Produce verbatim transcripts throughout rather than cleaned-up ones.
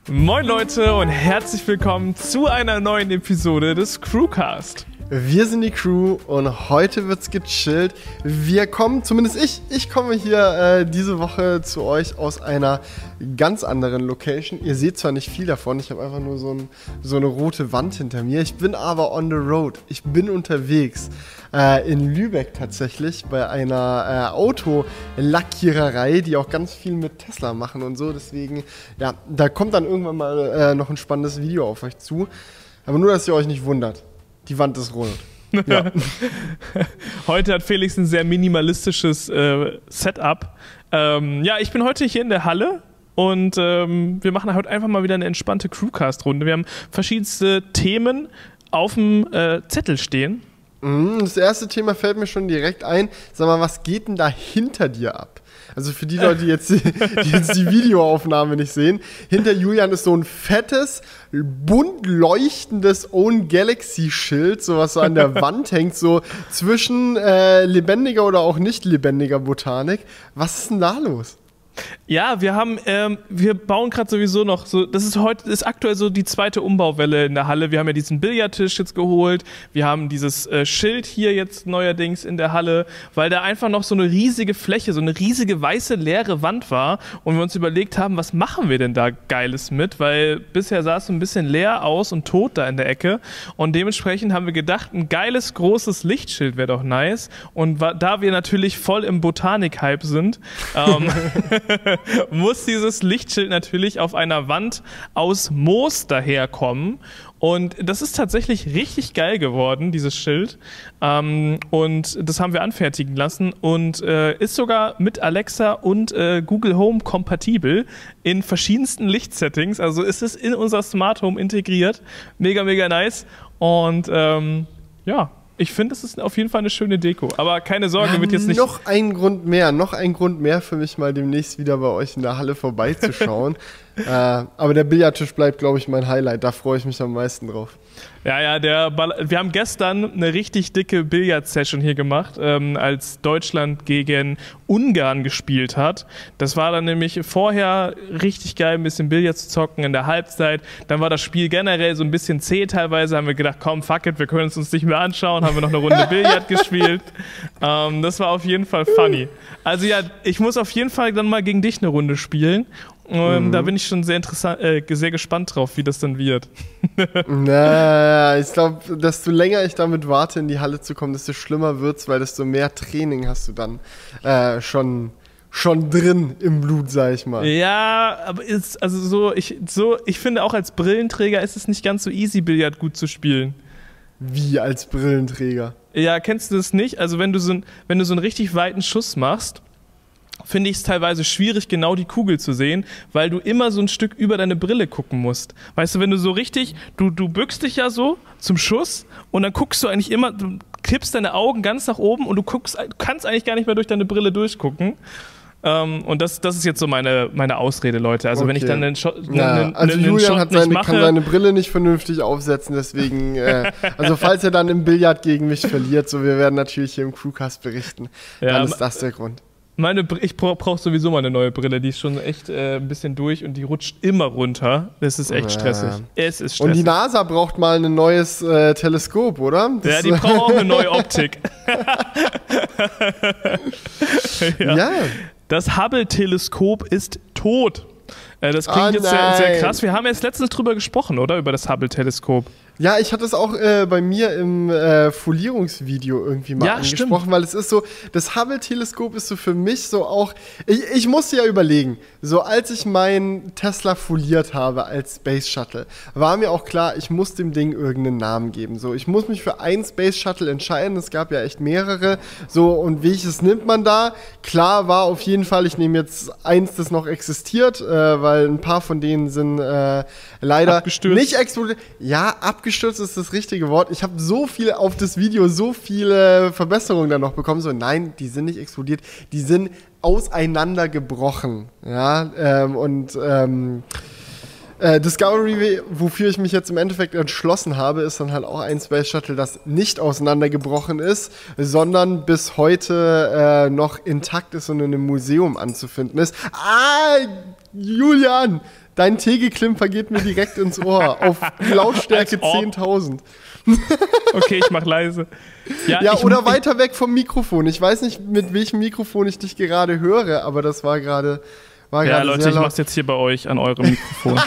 Moin Leute und herzlich willkommen zu einer neuen Episode des Crewcast. Wir sind die Crew und heute wird's gechillt. Wir kommen, zumindest ich, ich komme hier äh, diese Woche zu euch aus einer ganz anderen Location. Ihr seht zwar nicht viel davon, ich habe einfach nur so, ein, so eine rote Wand hinter mir. Ich bin aber on the road. Ich bin unterwegs äh, in Lübeck tatsächlich bei einer äh, Autolackiererei, die auch ganz viel mit Tesla machen und so. Deswegen, ja, da kommt dann irgendwann mal äh, noch ein spannendes Video auf euch zu. Aber nur, dass ihr euch nicht wundert. Die Wand ist rund. Ja. Heute hat Felix ein sehr minimalistisches äh, Setup. Ähm, ja, ich bin heute hier in der Halle und ähm, wir machen heute einfach mal wieder eine entspannte Crewcast-Runde. Wir haben verschiedenste Themen auf dem äh, Zettel stehen. Das erste Thema fällt mir schon direkt ein. Sag mal, was geht denn da hinter dir ab? Also für die Leute, die jetzt die, die jetzt die Videoaufnahme nicht sehen, hinter Julian ist so ein fettes, bunt leuchtendes Own Galaxy-Schild, so was so an der Wand hängt, so zwischen äh, lebendiger oder auch nicht lebendiger Botanik. Was ist denn da los? Ja, wir haben, ähm, wir bauen gerade sowieso noch so, das ist heute, ist aktuell so die zweite Umbauwelle in der Halle. Wir haben ja diesen Billardtisch jetzt geholt, wir haben dieses äh, Schild hier jetzt neuerdings in der Halle, weil da einfach noch so eine riesige Fläche, so eine riesige weiße leere Wand war und wir uns überlegt haben, was machen wir denn da Geiles mit, weil bisher sah es so ein bisschen leer aus und tot da in der Ecke und dementsprechend haben wir gedacht, ein geiles großes Lichtschild wäre doch nice und wa- da wir natürlich voll im Botanik-Hype sind, ähm, muss dieses Lichtschild natürlich auf einer Wand aus Moos daherkommen. Und das ist tatsächlich richtig geil geworden, dieses Schild. Ähm, und das haben wir anfertigen lassen und äh, ist sogar mit Alexa und äh, Google Home kompatibel in verschiedensten Lichtsettings. Also ist es in unser Smart Home integriert. Mega, mega nice. Und ähm, ja, ich finde, es ist auf jeden Fall eine schöne Deko. Aber keine Sorge, ja, wird jetzt nicht... Noch ein Grund mehr, noch ein Grund mehr für mich mal demnächst wieder bei euch in der Halle vorbeizuschauen. äh, aber der Billardtisch bleibt, glaube ich, mein Highlight. Da freue ich mich am meisten drauf. Ja, ja, der Ball- wir haben gestern eine richtig dicke Billard-Session hier gemacht, ähm, als Deutschland gegen Ungarn gespielt hat. Das war dann nämlich vorher richtig geil, ein bisschen Billard zu zocken in der Halbzeit. Dann war das Spiel generell so ein bisschen zäh teilweise. Haben wir gedacht, komm, fuck it, wir können es uns nicht mehr anschauen. Haben wir noch eine Runde Billard gespielt. Ähm, das war auf jeden Fall funny. Also ja, ich muss auf jeden Fall dann mal gegen dich eine Runde spielen. Ähm, mhm. Da bin ich schon sehr interessant, äh, sehr gespannt drauf, wie das dann wird. Na, ich glaube, desto länger ich damit warte, in die Halle zu kommen, desto schlimmer wird's, weil desto mehr Training hast du dann äh, schon, schon drin im Blut, sag ich mal. Ja, aber ist, also so, ich, so, ich finde auch als Brillenträger ist es nicht ganz so easy, Billard gut zu spielen. Wie als Brillenträger? Ja, kennst du das nicht? Also wenn du so, ein, wenn du so einen richtig weiten Schuss machst, finde ich es teilweise schwierig, genau die Kugel zu sehen, weil du immer so ein Stück über deine Brille gucken musst. Weißt du, wenn du so richtig, du, du bückst dich ja so zum Schuss und dann guckst du eigentlich immer, du kippst deine Augen ganz nach oben und du guckst, du kannst eigentlich gar nicht mehr durch deine Brille durchgucken. Ähm, und das, das ist jetzt so meine, meine Ausrede, Leute. Also okay. Wenn ich dann einen Shot, ja, einen, also einen Julian Shot hat seine, nicht mache, kann seine Brille nicht vernünftig aufsetzen, deswegen, äh, also falls er dann im Billard gegen mich verliert, so wir werden natürlich hier im Crewcast berichten, ja, dann ist das der Grund. Meine, ich brauche sowieso mal eine neue Brille, die ist schon echt äh, ein bisschen durch und die rutscht immer runter. Das ist echt stressig. Ja. Es ist stressig. Und die NASA braucht mal ein neues äh, Teleskop, oder? Das ja, die braucht auch eine neue Optik. ja. ja. Das Hubble-Teleskop ist tot. Äh, das klingt oh, jetzt sehr, sehr krass. Wir haben jetzt letztens drüber gesprochen, oder? Über das Hubble-Teleskop. Ja, ich hatte es auch äh, bei mir im äh, Folierungsvideo irgendwie mal ja, angesprochen, stimmt. weil es ist so, das Hubble-Teleskop ist so für mich so auch, ich, ich musste ja überlegen, so als ich meinen Tesla foliert habe als Space Shuttle, war mir auch klar, ich muss dem Ding irgendeinen Namen geben. So, ich muss mich für ein Space Shuttle entscheiden, es gab ja echt mehrere, so, und welches nimmt man da? Klar war auf jeden Fall, ich nehme jetzt eins, das noch existiert, äh, weil ein paar von denen sind äh, leider abgestürzt. Nicht explodiert. Ja, abgestürzt ist das richtige Wort. Ich habe so viel auf das Video, so viele Verbesserungen dann noch bekommen. So, nein, die sind nicht explodiert, die sind auseinandergebrochen. Ja, ähm, und ähm, äh, Discovery, wofür ich mich jetzt im Endeffekt entschlossen habe, ist dann halt auch ein Space Shuttle, das nicht auseinandergebrochen ist, sondern bis heute äh, noch intakt ist und in einem Museum anzufinden ist. Ah, Julian! dein Tegeklimper geht mir direkt ins Ohr. Auf Lautstärke zehntausend. Okay, ich mach leise. Ja, ja ich, oder weiter weg vom Mikrofon. Ich weiß nicht, mit welchem Mikrofon ich dich gerade höre, aber das war gerade war Ja, gerade Leute, sehr ich laut. mach's jetzt hier bei euch an eurem Mikrofon.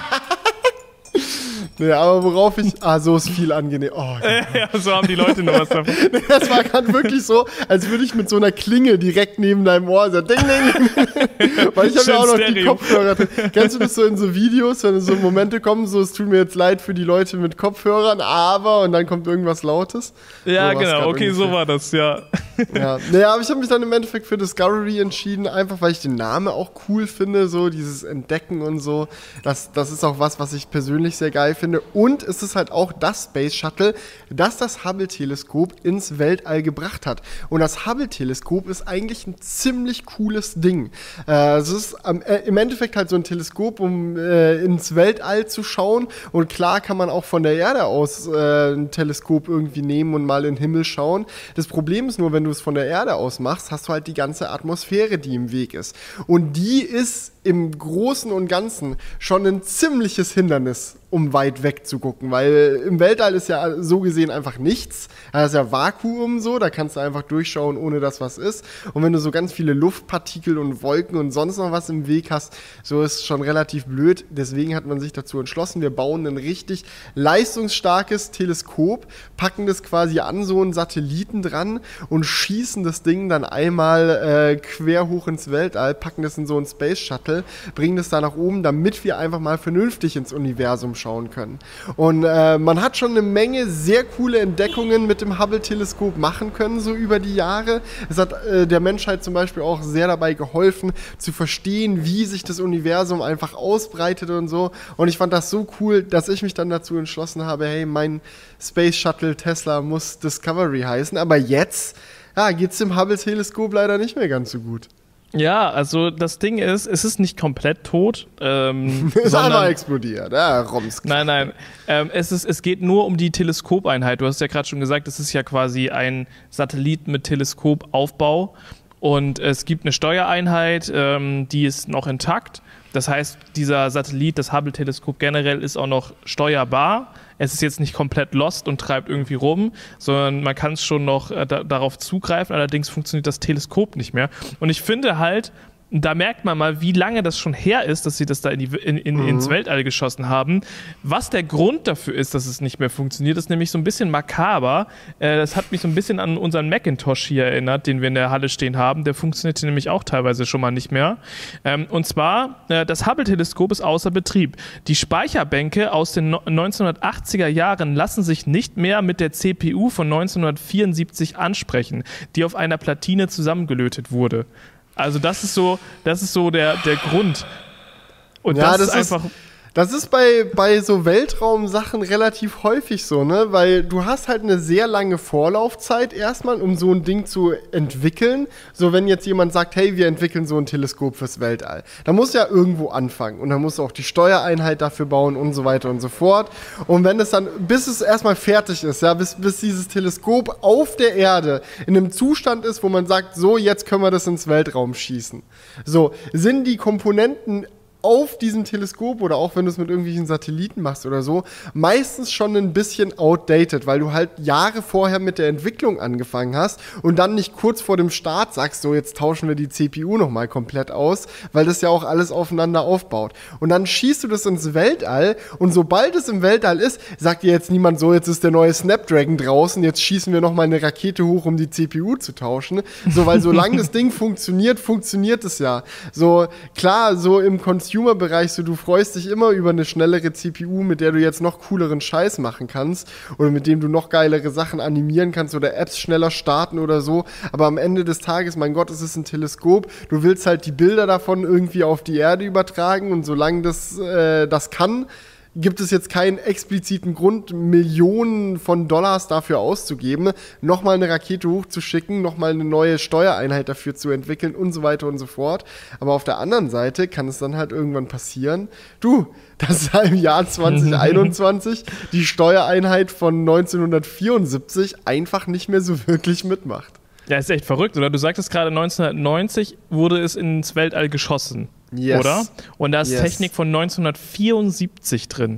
Nee, aber worauf ich... Ah, so ist viel angenehm. Oh, ja, so haben die Leute noch was davon. das war gerade wirklich so, als würde ich mit so einer Klinge direkt neben deinem Ohr so ding, ding. Weil ich habe ja auch noch Stereo. die Kopfhörer drin. Kennst du das so in so Videos, wenn so Momente kommen, so es tut mir jetzt leid für die Leute mit Kopfhörern, aber und dann kommt irgendwas Lautes? Ja, So war's genau. grad Okay, so ungefähr. war das, ja. Ja, naja, aber ich habe mich dann im Endeffekt für Discovery entschieden, einfach weil ich den Namen auch cool finde, so dieses Entdecken und so. Das, das ist auch was, was ich persönlich sehr geil finde. Und es ist halt auch das Space Shuttle, das das Hubble-Teleskop ins Weltall gebracht hat. Und das Hubble-Teleskop ist eigentlich ein ziemlich cooles Ding. Äh, es ist am, äh, im Endeffekt halt so ein Teleskop, um äh, ins Weltall zu schauen. Und klar kann man auch von der Erde aus äh, ein Teleskop irgendwie nehmen und mal in den Himmel schauen. Das Problem ist nur, wenn du es von der Erde aus machst, hast du halt die ganze Atmosphäre, die im Weg ist. Und die ist im Großen und Ganzen schon ein ziemliches Hindernis, um weit weg zu gucken, weil im Weltall ist ja so gesehen einfach nichts. Da ist ja Vakuum so, da kannst du einfach durchschauen, ohne dass was ist. Und wenn du so ganz viele Luftpartikel und Wolken und sonst noch was im Weg hast, so ist es schon relativ blöd. Deswegen hat man sich dazu entschlossen, wir bauen ein richtig leistungsstarkes Teleskop, packen das quasi an so einen Satelliten dran und schießen das Ding dann einmal äh, quer hoch ins Weltall, packen das in so einen Space Shuttle, bringen das da nach oben, damit wir einfach mal vernünftig ins Universum schauen können. Und äh, man hat schon eine Menge sehr coole Entdeckungen mit dem Hubble-Teleskop machen können, so über die Jahre. Es hat äh, der Menschheit zum Beispiel auch sehr dabei geholfen, zu verstehen, wie sich das Universum einfach ausbreitet und so. Und ich fand das so cool, dass ich mich dann dazu entschlossen habe, hey, mein Space Shuttle Tesla muss Discovery heißen. Aber jetzt ja, geht es dem Hubble-Teleskop leider nicht mehr ganz so gut. Ja, also das Ding ist, es ist nicht komplett tot. Ähm, ist sondern, einmal explodiert, ja, Roms. Nein, nein. Ähm, es, ist, es geht nur um die Teleskopeinheit. Du hast ja gerade schon gesagt, es ist ja quasi ein Satellit mit Teleskopaufbau. Und es gibt eine Steuereinheit, ähm, die ist noch intakt. Das heißt, dieser Satellit, das Hubble-Teleskop generell, ist auch noch steuerbar. Es ist jetzt nicht komplett lost und treibt irgendwie rum, sondern man kann es schon noch äh, da, darauf zugreifen. Allerdings funktioniert das Teleskop nicht mehr. Und ich finde halt, da merkt man mal, wie lange das schon her ist, dass sie das da in die, in, in, Mhm. ins Weltall geschossen haben. Was der Grund dafür ist, dass es nicht mehr funktioniert, ist nämlich so ein bisschen makaber. Äh, das hat mich so ein bisschen an unseren Macintosh hier erinnert, den wir in der Halle stehen haben. Der funktionierte nämlich auch teilweise schon mal nicht mehr. Ähm, und zwar, äh, das Hubble-Teleskop ist außer Betrieb. Die Speicherbänke aus den no- neunzehnhundertachtziger Jahren lassen sich nicht mehr mit der C P U von neunzehnhundertvierundsiebzig ansprechen, die auf einer Platine zusammengelötet wurde. Also das ist so, das ist so der, der Grund. Und Ja, das, das ist ist- einfach. Das ist bei, bei so Weltraumsachen relativ häufig so, ne? Weil du hast halt eine sehr lange Vorlaufzeit erstmal, um so ein Ding zu entwickeln. So, wenn jetzt jemand sagt, hey, wir entwickeln so ein Teleskop fürs Weltall. Da muss ja irgendwo anfangen. Und dann musst du auch die Steuereinheit dafür bauen und so weiter und so fort. Und wenn es dann, bis es erstmal fertig ist, ja, bis, bis dieses Teleskop auf der Erde in einem Zustand ist, wo man sagt, so, jetzt können wir das ins Weltraum schießen. So, sind die Komponenten auf diesem Teleskop oder auch wenn du es mit irgendwelchen Satelliten machst oder so, meistens schon ein bisschen outdated, weil du halt Jahre vorher mit der Entwicklung angefangen hast und dann nicht kurz vor dem Start sagst, so jetzt tauschen wir die C P U nochmal komplett aus, weil das ja auch alles aufeinander aufbaut. Und dann schießt du das ins Weltall und sobald es im Weltall ist, sagt dir jetzt niemand so, jetzt ist der neue Snapdragon draußen, jetzt schießen wir nochmal eine Rakete hoch, um die C P U zu tauschen. So, weil solange das Ding funktioniert, funktioniert es ja. So, klar, so im Consumer-Bereich, so du freust dich immer über eine schnellere C P U, mit der du jetzt noch cooleren Scheiß machen kannst oder mit dem du noch geilere Sachen animieren kannst oder Apps schneller starten oder so. Aber am Ende des Tages, mein Gott, es ist ein Teleskop. Du willst halt die Bilder davon irgendwie auf die Erde übertragen und solange das, äh, das kann, gibt es jetzt keinen expliziten Grund, Millionen von Dollars dafür auszugeben, nochmal eine Rakete hochzuschicken, nochmal eine neue Steuereinheit dafür zu entwickeln und so weiter und so fort. Aber auf der anderen Seite kann es dann halt irgendwann passieren, du, dass im Jahr zwanzig einundzwanzig die Steuereinheit von neunzehnhundertvierundsiebzig einfach nicht mehr so wirklich mitmacht. Ja, ist echt verrückt, oder? Du sagtest gerade, neunzehnhundertneunzig wurde es ins Weltall geschossen. Yes. Oder? Und da ist Yes. Technik von neunzehnhundertvierundsiebzig drin.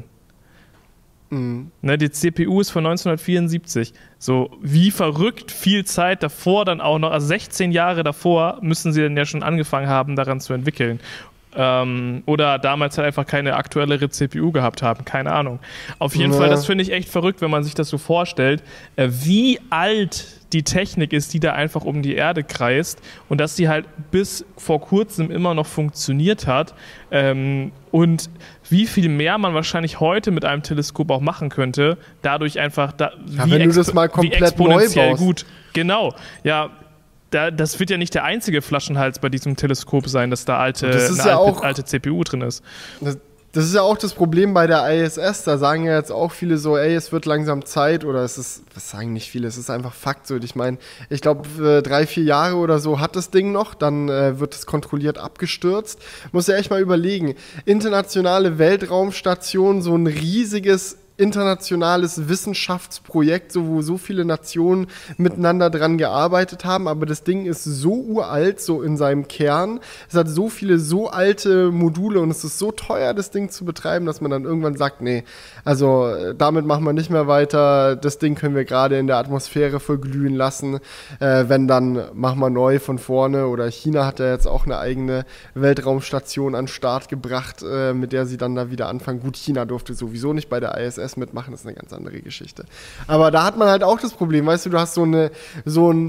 Mhm. Ne, die C P U ist von neunzehnhundertvierundsiebzig. So, wie verrückt viel Zeit davor dann auch noch, also sechzehn Jahre davor müssen sie dann ja schon angefangen haben, daran zu entwickeln. Ähm, oder damals halt einfach keine aktuellere C P U gehabt haben, keine Ahnung. Auf jeden Ja. Fall, das finde ich echt verrückt, wenn man sich das so vorstellt, äh, wie alt die Technik ist, die da einfach um die Erde kreist und dass die halt bis vor kurzem immer noch funktioniert hat ähm, und wie viel mehr man wahrscheinlich heute mit einem Teleskop auch machen könnte, dadurch einfach, da, Ja, wie, wenn du das expo- mal wie komplett exponentiell neu baust. gut. Genau, ja. Da, das wird ja nicht der einzige Flaschenhals bei diesem Teleskop sein, dass da alte, Das ist eine ja alte, auch- alte C P U drin ist. Das, das ist ja auch das Problem bei der I S S. Da sagen ja jetzt auch viele so, ey, es wird langsam Zeit oder es ist, das sagen nicht viele, es ist einfach Fakt so. Ich meine, ich glaube, drei, vier Jahre oder so hat das Ding noch, dann äh, wird es kontrolliert abgestürzt. Muss ja echt mal überlegen. Internationale Weltraumstation, so ein riesiges internationales Wissenschaftsprojekt, so, wo so viele Nationen miteinander dran gearbeitet haben, aber das Ding ist so uralt, so in seinem Kern. Es hat so viele so alte Module und es ist so teuer, das Ding zu betreiben, dass man dann irgendwann sagt, nee, also äh, damit machen wir nicht mehr weiter, das Ding können wir gerade in der Atmosphäre verglühen lassen, äh, wenn dann machen wir neu von vorne, oder China hat ja jetzt auch eine eigene Weltraumstation an den Start gebracht, äh, mit der sie dann da wieder anfangen. Gut, China durfte sowieso nicht bei der I S S mitmachen, das ist eine ganz andere Geschichte. Aber da hat man halt auch das Problem, weißt du, du hast so, eine, so ein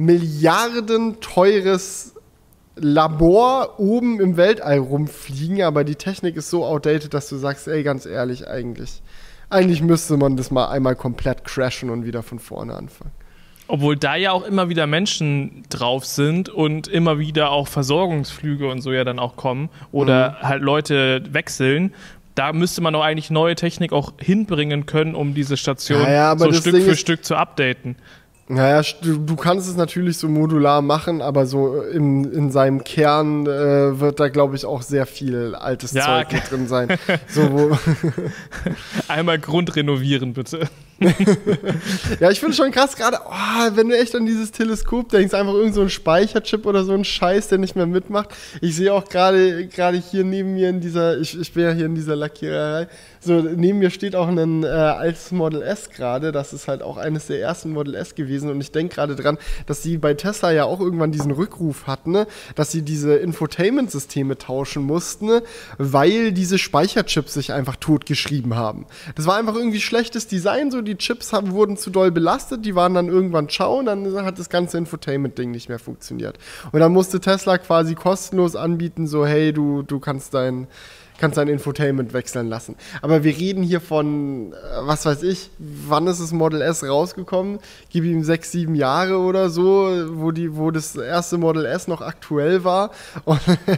milliardenteures Labor oben im Weltall rumfliegen, aber die Technik ist so outdated, dass du sagst, ey, ganz ehrlich, eigentlich, eigentlich müsste man das mal einmal komplett crashen und wieder von vorne anfangen. Obwohl da ja auch immer wieder Menschen drauf sind und immer wieder auch Versorgungsflüge und so ja dann auch kommen oder mhm. halt Leute wechseln. Da müsste man doch eigentlich neue Technik auch hinbringen können, um diese Station ja, ja, so Stück Ding für ist, Stück zu updaten. Naja, du, du kannst es natürlich so modular machen, aber so im, in seinem Kern äh, wird da, glaube ich, auch sehr viel altes Ja, Zeug mit drin sein. So, wo Einmal grundrenovieren, bitte. Ja, ich finde schon krass, gerade, oh, wenn du echt an dieses Teleskop denkst, einfach irgend so ein Speicherchip oder so ein Scheiß, der nicht mehr mitmacht. Ich sehe auch gerade gerade hier neben mir in dieser, ich, ich bin ja hier in dieser Lackiererei, so neben mir steht auch ein äh, altes Model S gerade, das ist halt auch eines der ersten Model S gewesen und ich denke gerade dran, dass sie bei Tesla ja auch irgendwann diesen Rückruf hatten, ne? Dass sie diese Infotainment-Systeme tauschen mussten, ne? Weil diese Speicherchips sich einfach totgeschrieben haben. Das war einfach irgendwie schlechtes Design, so die Chips haben, wurden zu doll belastet, die waren dann irgendwann ciao und dann hat das ganze Infotainment-Ding nicht mehr funktioniert. Und dann musste Tesla quasi kostenlos anbieten, so hey, du, du kannst dein kannst dein Infotainment wechseln lassen. Aber wir reden hier von, was weiß ich, wann ist das Model S rausgekommen? Gib ihm sechs, sieben Jahre oder so, wo, die, wo das erste Model S noch aktuell war. Und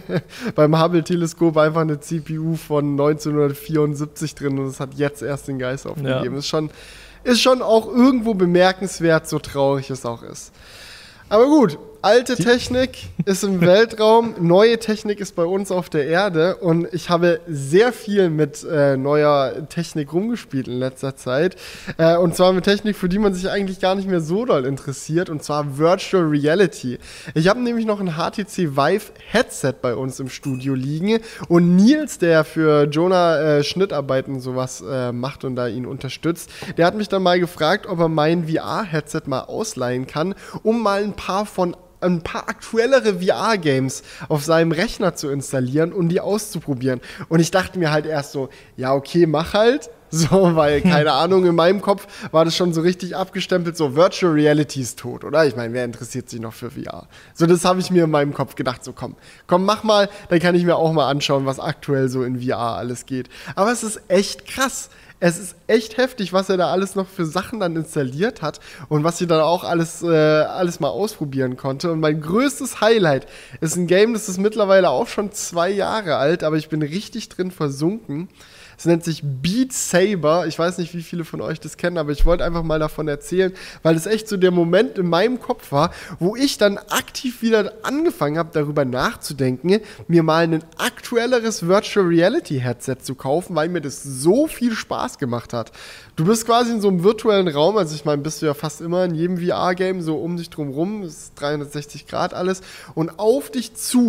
beim Hubble-Teleskop einfach eine C P U von neunzehnhundertvierundsiebzig drin und es hat jetzt erst den Geist aufgegeben. Ja. Ist schon, ist schon auch irgendwo bemerkenswert, so traurig es auch ist. Aber gut, alte Technik ist im Weltraum, neue Technik ist bei uns auf der Erde und ich habe sehr viel mit äh, neuer Technik rumgespielt in letzter Zeit. Äh, und zwar mit Technik, für die man sich eigentlich gar nicht mehr so doll interessiert, und zwar Virtual Reality. Ich habe nämlich noch ein H T C Vive Headset bei uns im Studio liegen und Nils, der für Jonah äh, Schnittarbeiten sowas äh, macht und da ihn unterstützt, der hat mich dann mal gefragt, ob er mein V R-Headset mal ausleihen kann, um mal ein paar von ein paar aktuellere V R-Games auf seinem Rechner zu installieren und die auszuprobieren. Und ich dachte mir halt erst so, ja okay, mach halt. So, weil, keine Ahnung, in meinem Kopf war das schon so richtig abgestempelt, so Virtual Reality ist tot, oder? Ich meine, wer interessiert sich noch für V R? So, das habe ich mir in meinem Kopf gedacht, so komm, komm, mach mal, dann kann ich mir auch mal anschauen, was aktuell so in V R alles geht. Aber es ist echt krass. Es ist echt heftig, was er da alles noch für Sachen dann installiert hat und was ich dann auch alles, äh, alles mal ausprobieren konnte. Und mein größtes Highlight ist ein Game, das ist mittlerweile auch schon zwei Jahre alt, aber ich bin richtig drin versunken. Es nennt sich Beat Saber. Ich weiß nicht, wie viele von euch das kennen, aber ich wollte einfach mal davon erzählen, weil es echt so der Moment in meinem Kopf war, wo ich dann aktiv wieder angefangen habe, darüber nachzudenken, mir mal ein aktuelleres Virtual Reality Headset zu kaufen, weil mir das so viel Spaß gemacht hat. Du bist quasi in so einem virtuellen Raum, also ich meine, bist du ja fast immer in jedem V R-Game so um dich drum rum, das ist dreihundertsechzig Grad alles, und auf dich zu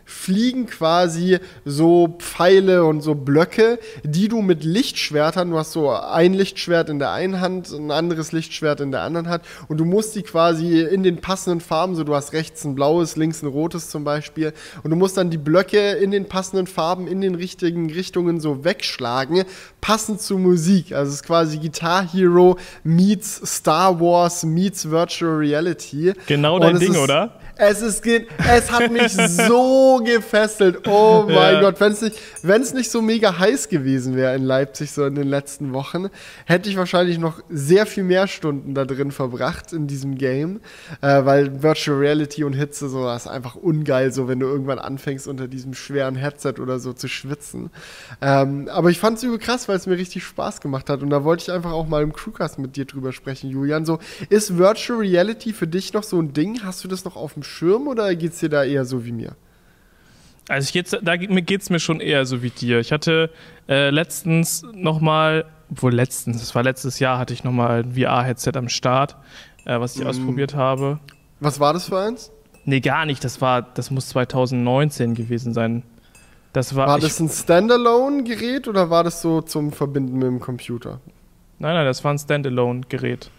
fliegen quasi so Pfeile und so Blöcke, die du mit Lichtschwertern, du hast so ein Lichtschwert in der einen Hand, ein anderes Lichtschwert in der anderen Hand und du musst die quasi in den passenden Farben, so du hast rechts ein blaues, links ein rotes zum Beispiel und du musst dann die Blöcke in den passenden Farben in den richtigen Richtungen so wegschlagen, passend zur Musik. Also es ist quasi Guitar Hero meets Star Wars meets Virtual Reality. Genau dein Ding, ist, oder? Es, ist, es hat mich so gefesselt. Oh mein ja. Gott, wenn es nicht, wenn's nicht so mega heiß gewesen wäre in Leipzig so in den letzten Wochen, hätte ich wahrscheinlich noch sehr viel mehr Stunden da drin verbracht in diesem Game, äh, weil Virtual Reality und Hitze, so, das ist einfach ungeil, so wenn du irgendwann anfängst unter diesem schweren Headset oder so zu schwitzen. Ähm, aber ich fand es übel krass, weil es mir richtig Spaß gemacht hat und da wollte ich einfach auch mal im Crewcast mit dir drüber sprechen, Julian. So, ist Virtual Reality für dich noch so ein Ding? Hast du das noch auf dem Schirm oder geht es dir da eher so wie mir? Also ich jetzt, da geht es mir schon eher so wie dir. Ich hatte äh, letztens nochmal, obwohl letztens, das war letztes Jahr, hatte ich nochmal ein V R-Headset am Start, äh, was ich mm. ausprobiert habe. Was war das für eins? Nee, gar nicht. Das war, das muss zwanzig neunzehn gewesen sein. Das war war ich, das ein Standalone-Gerät oder war das so zum Verbinden mit dem Computer? Nein, nein, das war ein Standalone-Gerät.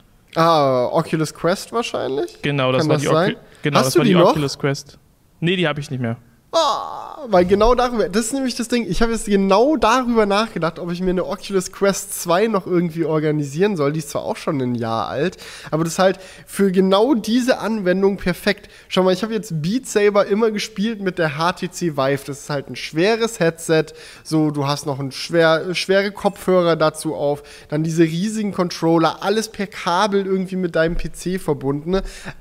Ah, Oculus Quest wahrscheinlich? Genau, das Kann war das die, sein? genau, Hast das du war die die noch? Oculus Quest. Nee, die habe ich nicht mehr. Ah, weil genau darüber, das ist nämlich das Ding, ich habe jetzt genau darüber nachgedacht, ob ich mir eine Oculus Quest zwei noch irgendwie organisieren soll. Die ist zwar auch schon ein Jahr alt, aber das ist halt für genau diese Anwendung perfekt. Schau mal, ich habe jetzt Beat Saber immer gespielt mit der H T C Vive. Das ist halt ein schweres Headset, so du hast noch ein schwer, schwere Kopfhörer dazu auf, dann diese riesigen Controller, alles per Kabel irgendwie mit deinem P C verbunden.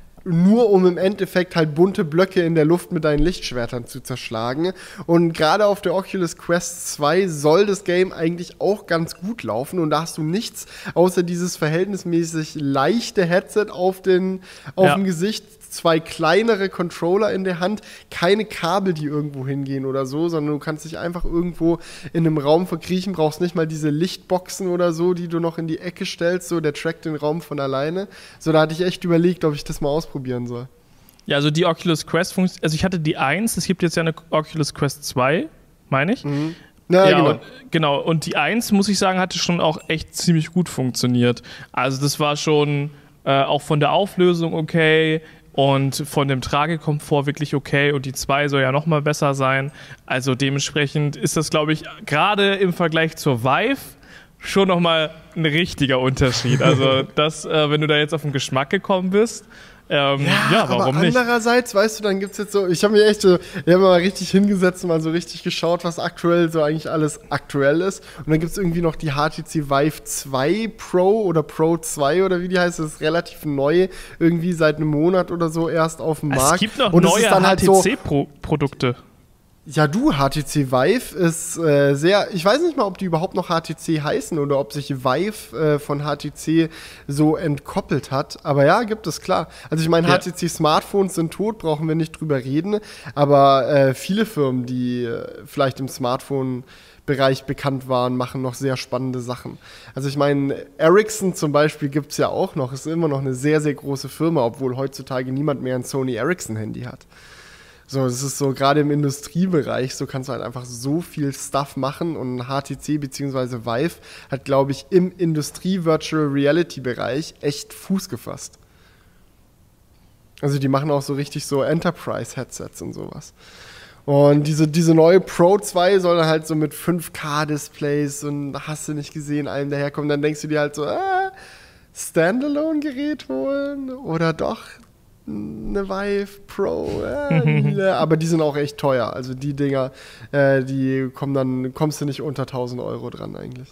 Nur um im Endeffekt halt bunte Blöcke in der Luft mit deinen Lichtschwertern zu zerschlagen. Und gerade auf der Oculus Quest zwei soll das Game eigentlich auch ganz gut laufen. Und da hast du nichts außer dieses verhältnismäßig leichte Headset auf, den, auf ja. dem Gesicht, zwei kleinere Controller in der Hand, keine Kabel, die irgendwo hingehen oder so, sondern du kannst dich einfach irgendwo in einem Raum verkriechen, brauchst nicht mal diese Lichtboxen oder so, die du noch in die Ecke stellst, so, der trackt den Raum von alleine. So, da hatte ich echt überlegt, ob ich das mal ausprobieren soll. Ja, also die Oculus Quest funktioniert, also ich hatte die eins, es gibt jetzt ja eine Oculus Quest zwei, meine ich. Mhm. Ja, ja, genau. Und, genau. Und die eins, muss ich sagen, hatte schon auch echt ziemlich gut funktioniert. Also das war schon äh, auch von der Auflösung okay und von dem Tragekomfort wirklich okay und die zwei soll ja noch mal besser sein. Also dementsprechend ist das, glaube ich, gerade im Vergleich zur Vive schon noch mal ein richtiger Unterschied. Also das, äh, wenn du da jetzt auf den Geschmack gekommen bist, Ähm, ja, ja, warum aber nicht? Andererseits, weißt du, dann gibt's jetzt so, ich habe mir echt so, ich habe mal richtig hingesetzt und mal so richtig geschaut, was aktuell so eigentlich alles aktuell ist. Und dann gibt's irgendwie noch die H T C Vive zwei Pro oder Pro zwei oder wie die heißt, das ist relativ neu, irgendwie seit einem Monat oder so erst auf dem Markt. Es gibt noch und neue dann H T C halt so, Produkte. Ja, du, H T C Vive ist äh, sehr, ich weiß nicht mal, ob die überhaupt noch H T C heißen oder ob sich Vive äh, von H T C so entkoppelt hat. Aber ja, gibt es, klar. Also ich meine, ja. H T C-Smartphones sind tot, brauchen wir nicht drüber reden. Aber äh, viele Firmen, die äh, vielleicht im Smartphone-Bereich bekannt waren, machen noch sehr spannende Sachen. Also ich meine, Ericsson zum Beispiel gibt es ja auch noch. Ist immer noch eine sehr, sehr große Firma, obwohl heutzutage niemand mehr ein Sony Ericsson-Handy hat. So, das ist so, gerade im Industriebereich, so kannst du halt einfach so viel Stuff machen und H T C bzw. Vive hat, glaube ich, im Industrie-Virtual-Reality-Bereich echt Fuß gefasst. Also die machen auch so richtig so Enterprise-Headsets und sowas. Und diese, diese neue Pro zwei soll dann halt so mit fünf K-Displays und hast du nicht gesehen, allem daherkommen. Dann denkst du dir halt so, äh, Standalone-Gerät holen oder doch eine Vive Pro, äh, aber die sind auch echt teuer. Also die Dinger, äh, die kommen dann, kommst du nicht unter tausend Euro dran eigentlich.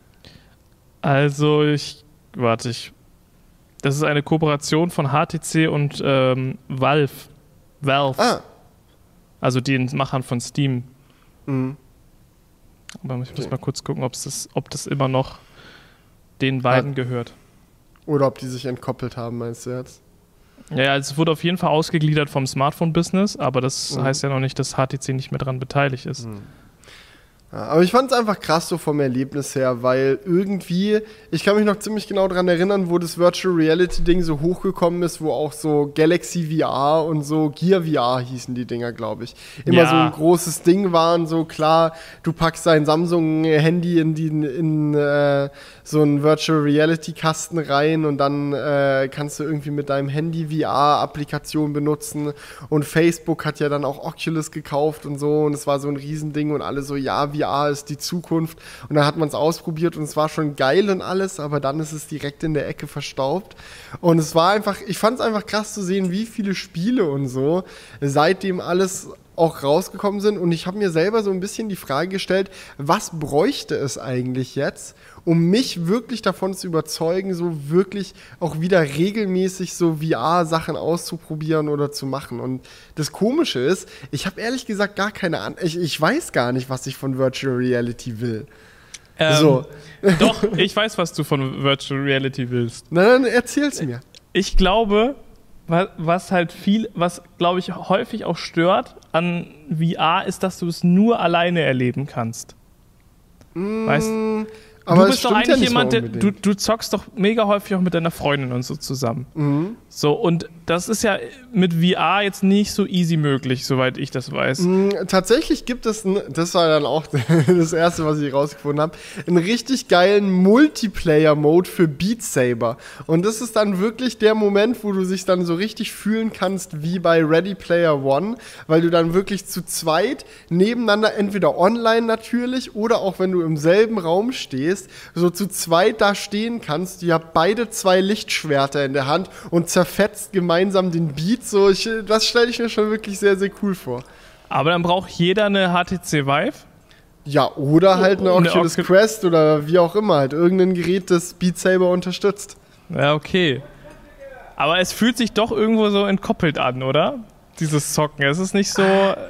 Also ich, warte, ich, das ist eine Kooperation von H T C und ähm, Valve. Valve. Ah. Also den Machern von Steam. Mhm. Aber ich muss okay. mal kurz gucken, ob's das, ob das immer noch den beiden ah. gehört. Oder ob die sich entkoppelt haben, meinst du jetzt? Ja, also es wurde auf jeden Fall ausgegliedert vom Smartphone-Business, aber das mhm. heißt ja noch nicht, dass H T C nicht mehr dran beteiligt ist. Mhm. Ja, aber ich fand es einfach krass so vom Erlebnis her, weil irgendwie, ich kann mich noch ziemlich genau daran erinnern, wo das Virtual Reality Ding so hochgekommen ist, wo auch so Galaxy V R und so Gear V R hießen die Dinger, glaube ich. Immer Ja. so ein großes Ding waren, so klar, du packst dein Samsung-Handy in, die, in äh, so einen Virtual Reality Kasten rein und dann äh, kannst du irgendwie mit deinem Handy V R-Applikation benutzen und Facebook hat ja dann auch Oculus gekauft und so und es war so ein Riesending und alle so, ja, V R ist die Zukunft und dann hat man es ausprobiert und es war schon geil und alles, aber dann ist es direkt in der Ecke verstaubt und es war einfach, ich fand es einfach krass zu sehen, wie viele Spiele und so seitdem alles auch rausgekommen sind und ich habe mir selber so ein bisschen die Frage gestellt, was bräuchte es eigentlich jetzt, um mich wirklich davon zu überzeugen, so wirklich auch wieder regelmäßig so V R-Sachen auszuprobieren oder zu machen. Und das Komische ist, ich habe ehrlich gesagt gar keine Ahnung, ich, ich weiß gar nicht, was ich von Virtual Reality will. Ähm, so. Doch, ich weiß, was du von Virtual Reality willst. Na, dann erzähl's mir. Ich glaube, wa- was halt viel, was glaube ich häufig auch stört an V R, ist, dass du es nur alleine erleben kannst. Mm, Weißt aber du es bist doch stimmt eigentlich ja nicht jemand, mal der, du, unbedingt. du zockst doch mega häufig auch mit deiner Freundin und so zusammen. Mhm. So, und das ist ja mit V R jetzt nicht so easy möglich, soweit ich das weiß. Mm, Tatsächlich gibt es, ein, das war dann auch das erste, was ich rausgefunden habe, einen richtig geilen Multiplayer-Mode für Beat Saber. Und das ist dann wirklich der Moment, wo du dich dann so richtig fühlen kannst wie bei Ready Player One, weil du dann wirklich zu zweit nebeneinander, entweder online natürlich oder auch wenn du im selben Raum stehst, so zu zweit da stehen kannst. Ihr habt beide zwei Lichtschwerter in der Hand und zerfetzt gemeinsam den Beat. So, ich, das stelle ich mir schon wirklich sehr, sehr cool vor. Aber dann braucht jeder eine H T C Vive. Ja, oder halt eine Eine Oculus Ocu- Quest oder wie auch immer, halt irgendein Gerät, das Beat Saber unterstützt. Ja, okay. Aber es fühlt sich doch irgendwo so entkoppelt an, oder? Dieses Zocken. Es ist nicht so.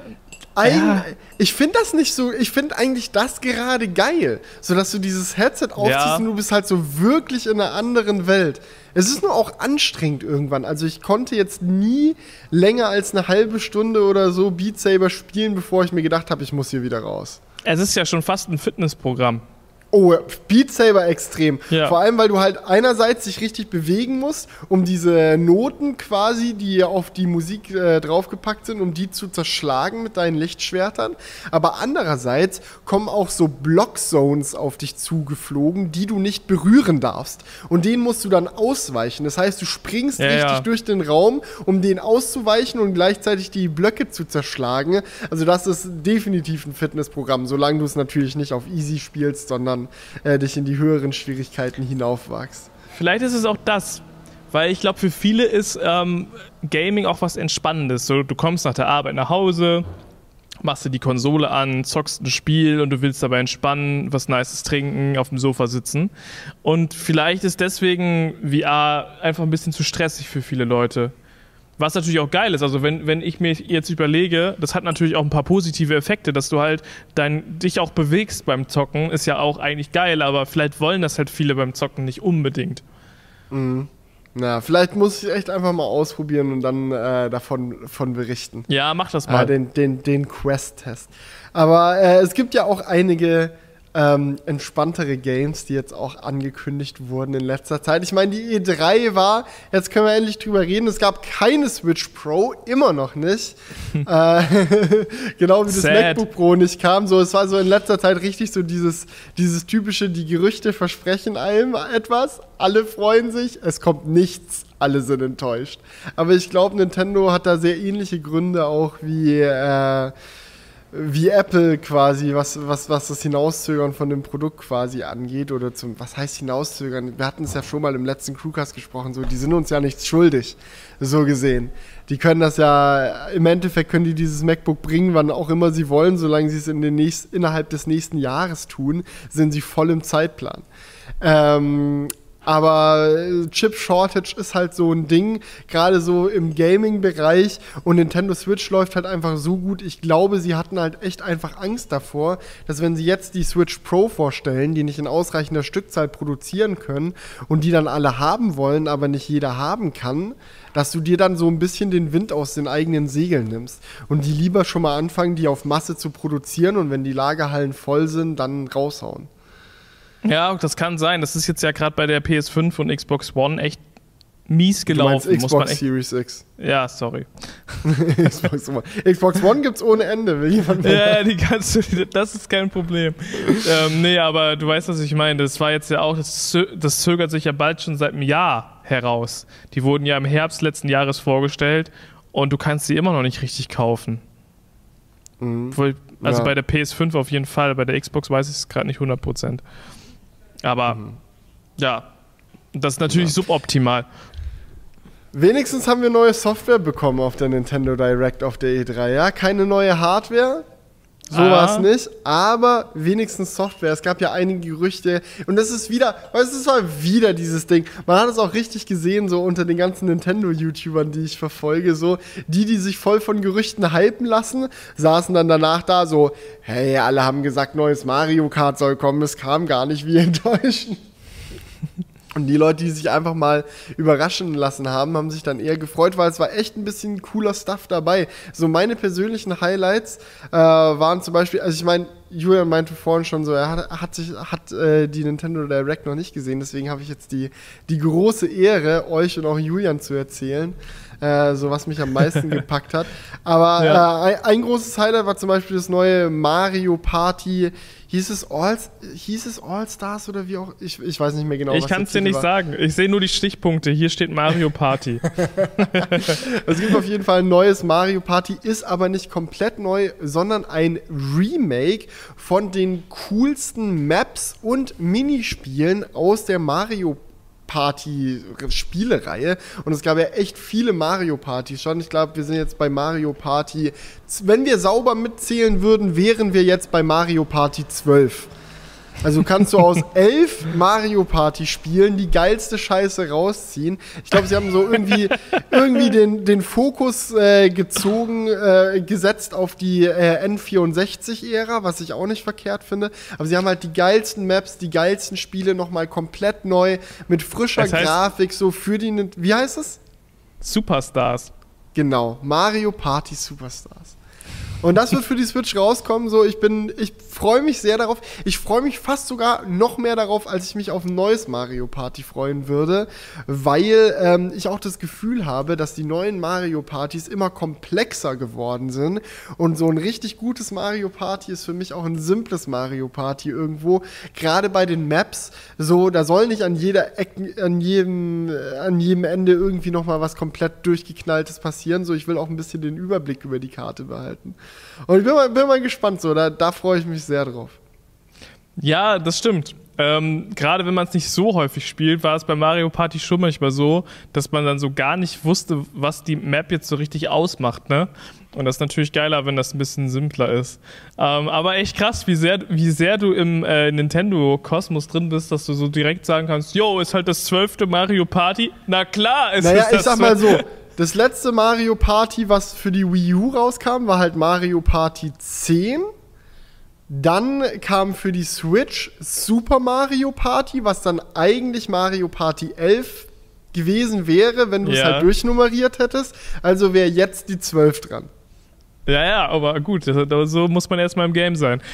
Eig Ja. Ich finde das nicht so, ich finde eigentlich das gerade geil, so dass du dieses Headset aufziehst Ja. und du bist halt so wirklich in einer anderen Welt. Es ist nur auch anstrengend irgendwann, also ich konnte jetzt nie länger als eine halbe Stunde oder so Beat Saber spielen, bevor ich mir gedacht habe, ich muss hier wieder raus. Es ist ja schon fast ein Fitnessprogramm. Oh, Beat Saber extrem. Ja. Vor allem, weil du halt einerseits dich richtig bewegen musst, um diese Noten quasi, die auf die Musik äh, draufgepackt sind, um die zu zerschlagen mit deinen Lichtschwertern. Aber andererseits kommen auch so Block-Zones auf dich zugeflogen, die du nicht berühren darfst. Und denen musst du dann ausweichen. Das heißt, du springst Ja, richtig ja. durch den Raum, um den auszuweichen und gleichzeitig die Blöcke zu zerschlagen. Also das ist definitiv ein Fitnessprogramm, solange du es natürlich nicht auf easy spielst, sondern äh, dich in die höheren Schwierigkeiten hinaufwachst. Vielleicht ist es auch das. Weil ich glaube, für viele ist ähm, Gaming auch was Entspannendes. So, du kommst nach der Arbeit nach Hause, machst dir die Konsole an, zockst ein Spiel und du willst dabei entspannen, was Nices trinken, auf dem Sofa sitzen. Und vielleicht ist deswegen V R einfach ein bisschen zu stressig für viele Leute. Was natürlich auch geil ist, also wenn, wenn ich mir jetzt überlege, das hat natürlich auch ein paar positive Effekte, dass du halt dein, dich auch bewegst beim Zocken, ist ja auch eigentlich geil, aber vielleicht wollen das halt viele beim Zocken nicht unbedingt. Mhm. Na, vielleicht muss ich echt einfach mal ausprobieren und dann äh, davon von berichten. Ja, mach das mal. Äh, den den, den Quest-Test. Aber äh, es gibt ja auch einige ähm, entspanntere Games, die jetzt auch angekündigt wurden in letzter Zeit. Ich meine, die E drei war, jetzt können wir endlich drüber reden, es gab keine Switch Pro, immer noch nicht. äh, genau wie das Sad. MacBook Pro nicht kam. So, es war so in letzter Zeit richtig so dieses, dieses typische, die Gerüchte versprechen einem etwas, alle freuen sich, es kommt nichts, alle sind enttäuscht. Aber ich glaube, Nintendo hat da sehr ähnliche Gründe auch wie äh, wie Apple quasi, was, was, was das Hinauszögern von dem Produkt quasi angeht oder zum, was heißt Hinauszögern? Wir hatten es ja schon mal im letzten Crewcast gesprochen, so, die sind uns ja nichts schuldig, so gesehen. Die können das ja, im Endeffekt können die dieses MacBook bringen, wann auch immer sie wollen, solange sie es in den nächsten, innerhalb des nächsten Jahres tun, sind sie voll im Zeitplan. Ähm, Aber Chip-Shortage ist halt so ein Ding, gerade so im Gaming-Bereich. Und Nintendo Switch läuft halt einfach so gut. Ich glaube, sie hatten halt echt einfach Angst davor, dass wenn sie jetzt die Switch Pro vorstellen, die nicht in ausreichender Stückzahl produzieren können und die dann alle haben wollen, aber nicht jeder haben kann, dass du dir dann so ein bisschen den Wind aus den eigenen Segeln nimmst. Und die lieber schon mal anfangen, die auf Masse zu produzieren und wenn die Lagerhallen voll sind, dann raushauen. Ja, das kann sein. Das ist jetzt ja gerade bei der P S fünf und Xbox One echt mies gelaufen. Du meinst Xbox muss man echt Series X. Ja, sorry. Xbox One. Xbox One gibt's ohne Ende. Will jemand ja, die kannst du, das ist kein Problem. ähm, nee, aber du weißt, was ich meine. Das war jetzt ja auch, das, das zögert sich ja bald schon seit einem Jahr heraus. Die wurden ja im Herbst letzten Jahres vorgestellt und du kannst sie immer noch nicht richtig kaufen. Mhm. Also ja. Bei der P S fünf auf jeden Fall, bei der Xbox weiß ich es gerade nicht hundert Prozent. Aber mhm. ja, das ist natürlich ja. suboptimal. Wenigstens haben wir neue Software bekommen auf der Nintendo Direct auf der E drei. Ja, keine neue Hardware, so ah. war es nicht, aber wenigstens Software. Es gab ja einige Gerüchte und das ist wieder, weißt du, es war wieder dieses Ding. Man hat es auch richtig gesehen, so unter den ganzen Nintendo-YouTubern, die ich verfolge, so die, die sich voll von Gerüchten hypen lassen, saßen dann danach da so, hey, alle haben gesagt, neues Mario Kart soll kommen, es kam gar nicht, wie enttäuschend. Und die Leute, die sich einfach mal überraschen lassen haben, haben sich dann eher gefreut, weil es war echt ein bisschen cooler Stuff dabei. So meine persönlichen Highlights äh, waren zum Beispiel, also ich meine, Julian meinte vorhin schon so, er hat, hat, sich, hat äh, die Nintendo Direct noch nicht gesehen, deswegen habe ich jetzt die, die große Ehre, euch und auch Julian zu erzählen, äh, so was mich am meisten gepackt hat. Aber ja. äh, ein, ein großes Highlight war zum Beispiel das neue Mario Party. Hieß es All, hieß es All Stars oder wie auch? Ich, ich weiß nicht mehr genau. Ich kann es dir nicht war. sagen. Ich sehe nur die Stichpunkte. Hier steht Mario Party. Es gibt auf jeden Fall ein neues Mario Party, ist aber nicht komplett neu, sondern ein Remake von den coolsten Maps und Minispielen aus der Mario Party-Spielereihe. Und es gab ja echt viele Mario-Partys schon. Ich glaube, wir sind jetzt bei Mario Party. Wenn wir sauber mitzählen würden, wären wir jetzt bei Mario Party zwölf. Also kannst du aus elf Mario Party Spielen die geilste Scheiße rausziehen. Ich glaube, sie haben so irgendwie, irgendwie den, den Fokus äh, gezogen, äh, gesetzt auf die äh, N vierundsechzig-Ära, was ich auch nicht verkehrt finde. Aber sie haben halt die geilsten Maps, die geilsten Spiele nochmal komplett neu, mit frischer das heißt, Grafik, so für die, wie heißt es? Superstars. Genau, Mario Party Superstars. Und das wird für die Switch rauskommen. So, ich bin, ich freue mich sehr darauf. Ich freue mich fast sogar noch mehr darauf, als ich mich auf ein neues Mario Party freuen würde, weil ähm, ich auch das Gefühl habe, dass die neuen Mario Partys immer komplexer geworden sind. Und so ein richtig gutes Mario Party ist für mich auch ein simples Mario Party irgendwo. Gerade bei den Maps, so, da soll nicht an jeder Ecke, an jedem, an jedem Ende irgendwie noch mal was komplett durchgeknalltes passieren. So, ich will auch ein bisschen den Überblick über die Karte behalten. Und ich bin mal, bin mal gespannt, so, da, da freue ich mich sehr drauf. Ja, das stimmt. Ähm, gerade wenn man es nicht so häufig spielt, war es bei Mario Party schon manchmal so, dass man dann so gar nicht wusste, was die Map jetzt so richtig ausmacht, ne? Und das ist natürlich geiler, wenn das ein bisschen simpler ist. Ähm, aber echt krass, wie sehr, wie sehr du im äh, Nintendo-Kosmos drin bist, dass du so direkt sagen kannst, yo, ist halt das zwölfte Mario Party. Na klar, ist naja, es das. Ich sag mal so, das letzte Mario Party, was für die Wii U rauskam, war halt Mario Party zehn. Dann kam für die Switch Super Mario Party, was dann eigentlich Mario Party elf gewesen wäre, wenn du es ja. halt durchnummeriert hättest. Also wäre jetzt die zwölf dran. Ja, ja, aber gut, so muss man erstmal im Game sein.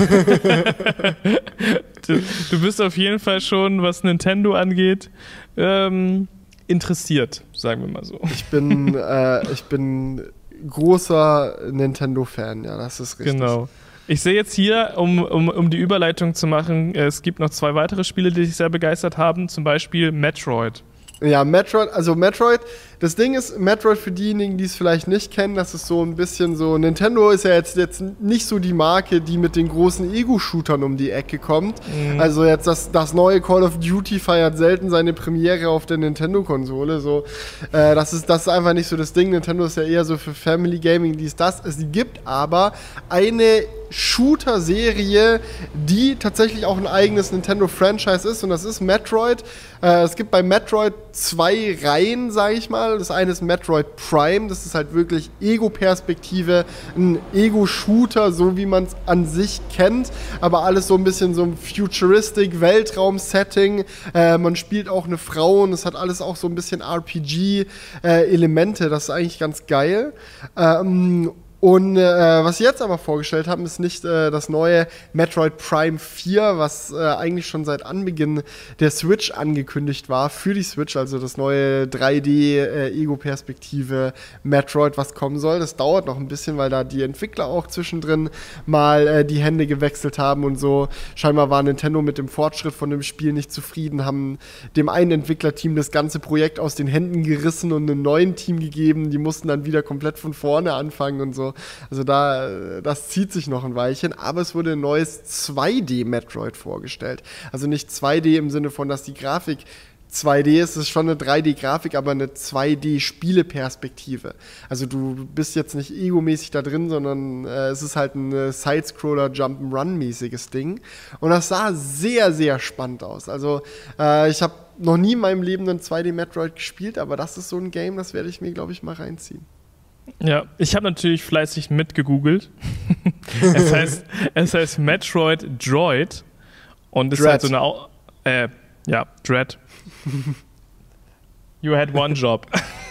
du, du bist auf jeden Fall schon, was Nintendo angeht, ähm, interessiert, sagen wir mal so. Ich bin, äh, ich bin großer Nintendo-Fan, ja, das ist richtig. Genau. Ich sehe jetzt hier, um, um, um die Überleitung zu machen, es gibt noch zwei weitere Spiele, die dich sehr begeistert haben, zum Beispiel Metroid. Ja, Metroid, also Metroid, das Ding ist, Metroid für diejenigen, die es vielleicht nicht kennen, das ist so ein bisschen so, Nintendo ist ja jetzt, jetzt nicht so die Marke, die mit den großen Ego-Shootern um die Ecke kommt. Mhm. Also jetzt das, das neue Call of Duty feiert selten seine Premiere auf der Nintendo-Konsole. So, äh, das, ist, das ist einfach nicht so das Ding. Nintendo ist ja eher so für Family Gaming, dies, das. Es gibt aber eine Shooter-Serie, die tatsächlich auch ein eigenes Nintendo-Franchise ist, und das ist Metroid. Äh, es gibt bei Metroid zwei Reihen, sage ich mal. Das eine ist Metroid Prime, das ist halt wirklich Ego-Perspektive, ein Ego-Shooter, so wie man es an sich kennt, aber alles so ein bisschen so ein futuristic Weltraum-Setting. Äh, man spielt auch eine Frau und es hat alles auch so ein bisschen R P G-Elemente. Das ist eigentlich ganz geil. Ähm, Und äh, was sie jetzt aber vorgestellt haben, ist nicht äh, das neue Metroid Prime vier, was äh, eigentlich schon seit Anbeginn der Switch angekündigt war für die Switch, also das neue drei D-Ego-Perspektive Metroid, was kommen soll. Das dauert noch ein bisschen, weil da die Entwickler auch zwischendrin mal äh, die Hände gewechselt haben und so. Scheinbar war Nintendo mit dem Fortschritt von dem Spiel nicht zufrieden, haben dem einen Entwicklerteam das ganze Projekt aus den Händen gerissen und einem neuen Team gegeben. Die mussten dann wieder komplett von vorne anfangen und so. Also da, das zieht sich noch ein Weilchen, aber es wurde ein neues zwei D-Metroid vorgestellt. Also nicht zwei D im Sinne von, dass die Grafik zwei D ist, es ist schon eine drei D-Grafik, aber eine zwei D-Spieleperspektive. Also du bist jetzt nicht egomäßig da drin, sondern äh, es ist halt ein Sidescroller Jump'n'Run-mäßiges Ding. Und das sah sehr, sehr spannend aus. Also äh, ich habe noch nie in meinem Leben einen zwei D-Metroid gespielt, aber das ist so ein Game, das werde ich mir, glaube ich, mal reinziehen. Ja, ich habe natürlich fleißig mitgegoogelt. es, heißt, es heißt Metroid Droid und ist Dread. halt so eine Au- äh, ja, Dread. You had one job.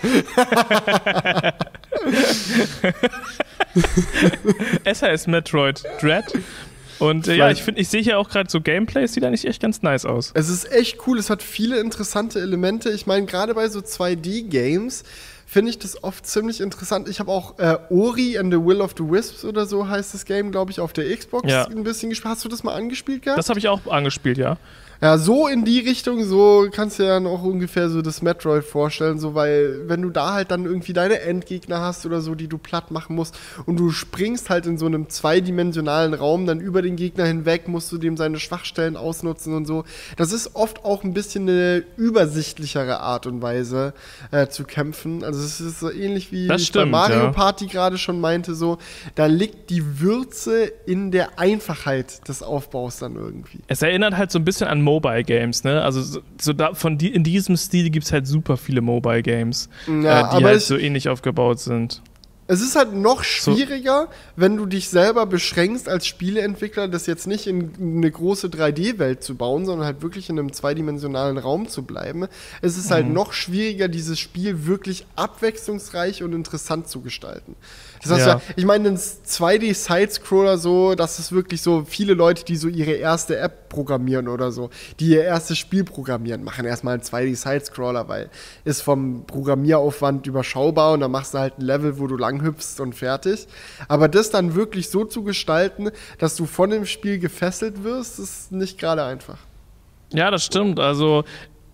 Es heißt Metroid Dread. Und äh, ja, ich finde, ich sehe hier auch gerade so Gameplays, sieht eigentlich echt ganz nice aus. Es ist echt cool, es hat viele interessante Elemente. Ich meine, gerade bei so zwei D-Games finde ich das oft ziemlich interessant. Ich habe auch äh, Ori and the Will of the Wisps oder so heißt das Game, glaube ich, auf der Xbox ja. ein bisschen gespielt. Hast du das mal angespielt gehabt? Das habe ich auch angespielt, ja. Ja, so in die Richtung, so kannst du dir dann auch ungefähr so das Metroid vorstellen, so, weil wenn du da halt dann irgendwie deine Endgegner hast oder so, die du platt machen musst und du springst halt in so einem zweidimensionalen Raum dann über den Gegner hinweg, musst du dem seine Schwachstellen ausnutzen und so. Das ist oft auch ein bisschen eine übersichtlichere Art und Weise äh, zu kämpfen. Also es ist so ähnlich wie das ich stimmt, bei Mario ja. Party gerade schon meinte, so, da liegt die Würze in der Einfachheit des Aufbaus dann irgendwie. Es erinnert halt so ein bisschen an Mobile Games, ne? Also so, so da, von die, in diesem Stil gibt es halt super viele Mobile Games, Ja, äh, die aber halt ich, so ähnlich aufgebaut sind. Es ist halt noch schwieriger, so, wenn du dich selber beschränkst als Spieleentwickler, das jetzt nicht in eine große drei D-Welt zu bauen, sondern halt wirklich in einem zweidimensionalen Raum zu bleiben. Es ist mhm. halt noch schwieriger, dieses Spiel wirklich abwechslungsreich und interessant zu gestalten. Das heißt ja, ja ich meine, ein zwei D-Sidescroller so, das ist wirklich so, viele Leute, die so ihre erste App programmieren oder so, die ihr erstes Spiel programmieren, machen erstmal einen zwei D-Sidescroller, weil ist vom Programmieraufwand überschaubar und dann machst du halt ein Level, wo du lang hüpfst und fertig. Aber das dann wirklich so zu gestalten, dass du von dem Spiel gefesselt wirst, ist nicht gerade einfach. Ja, das stimmt. Also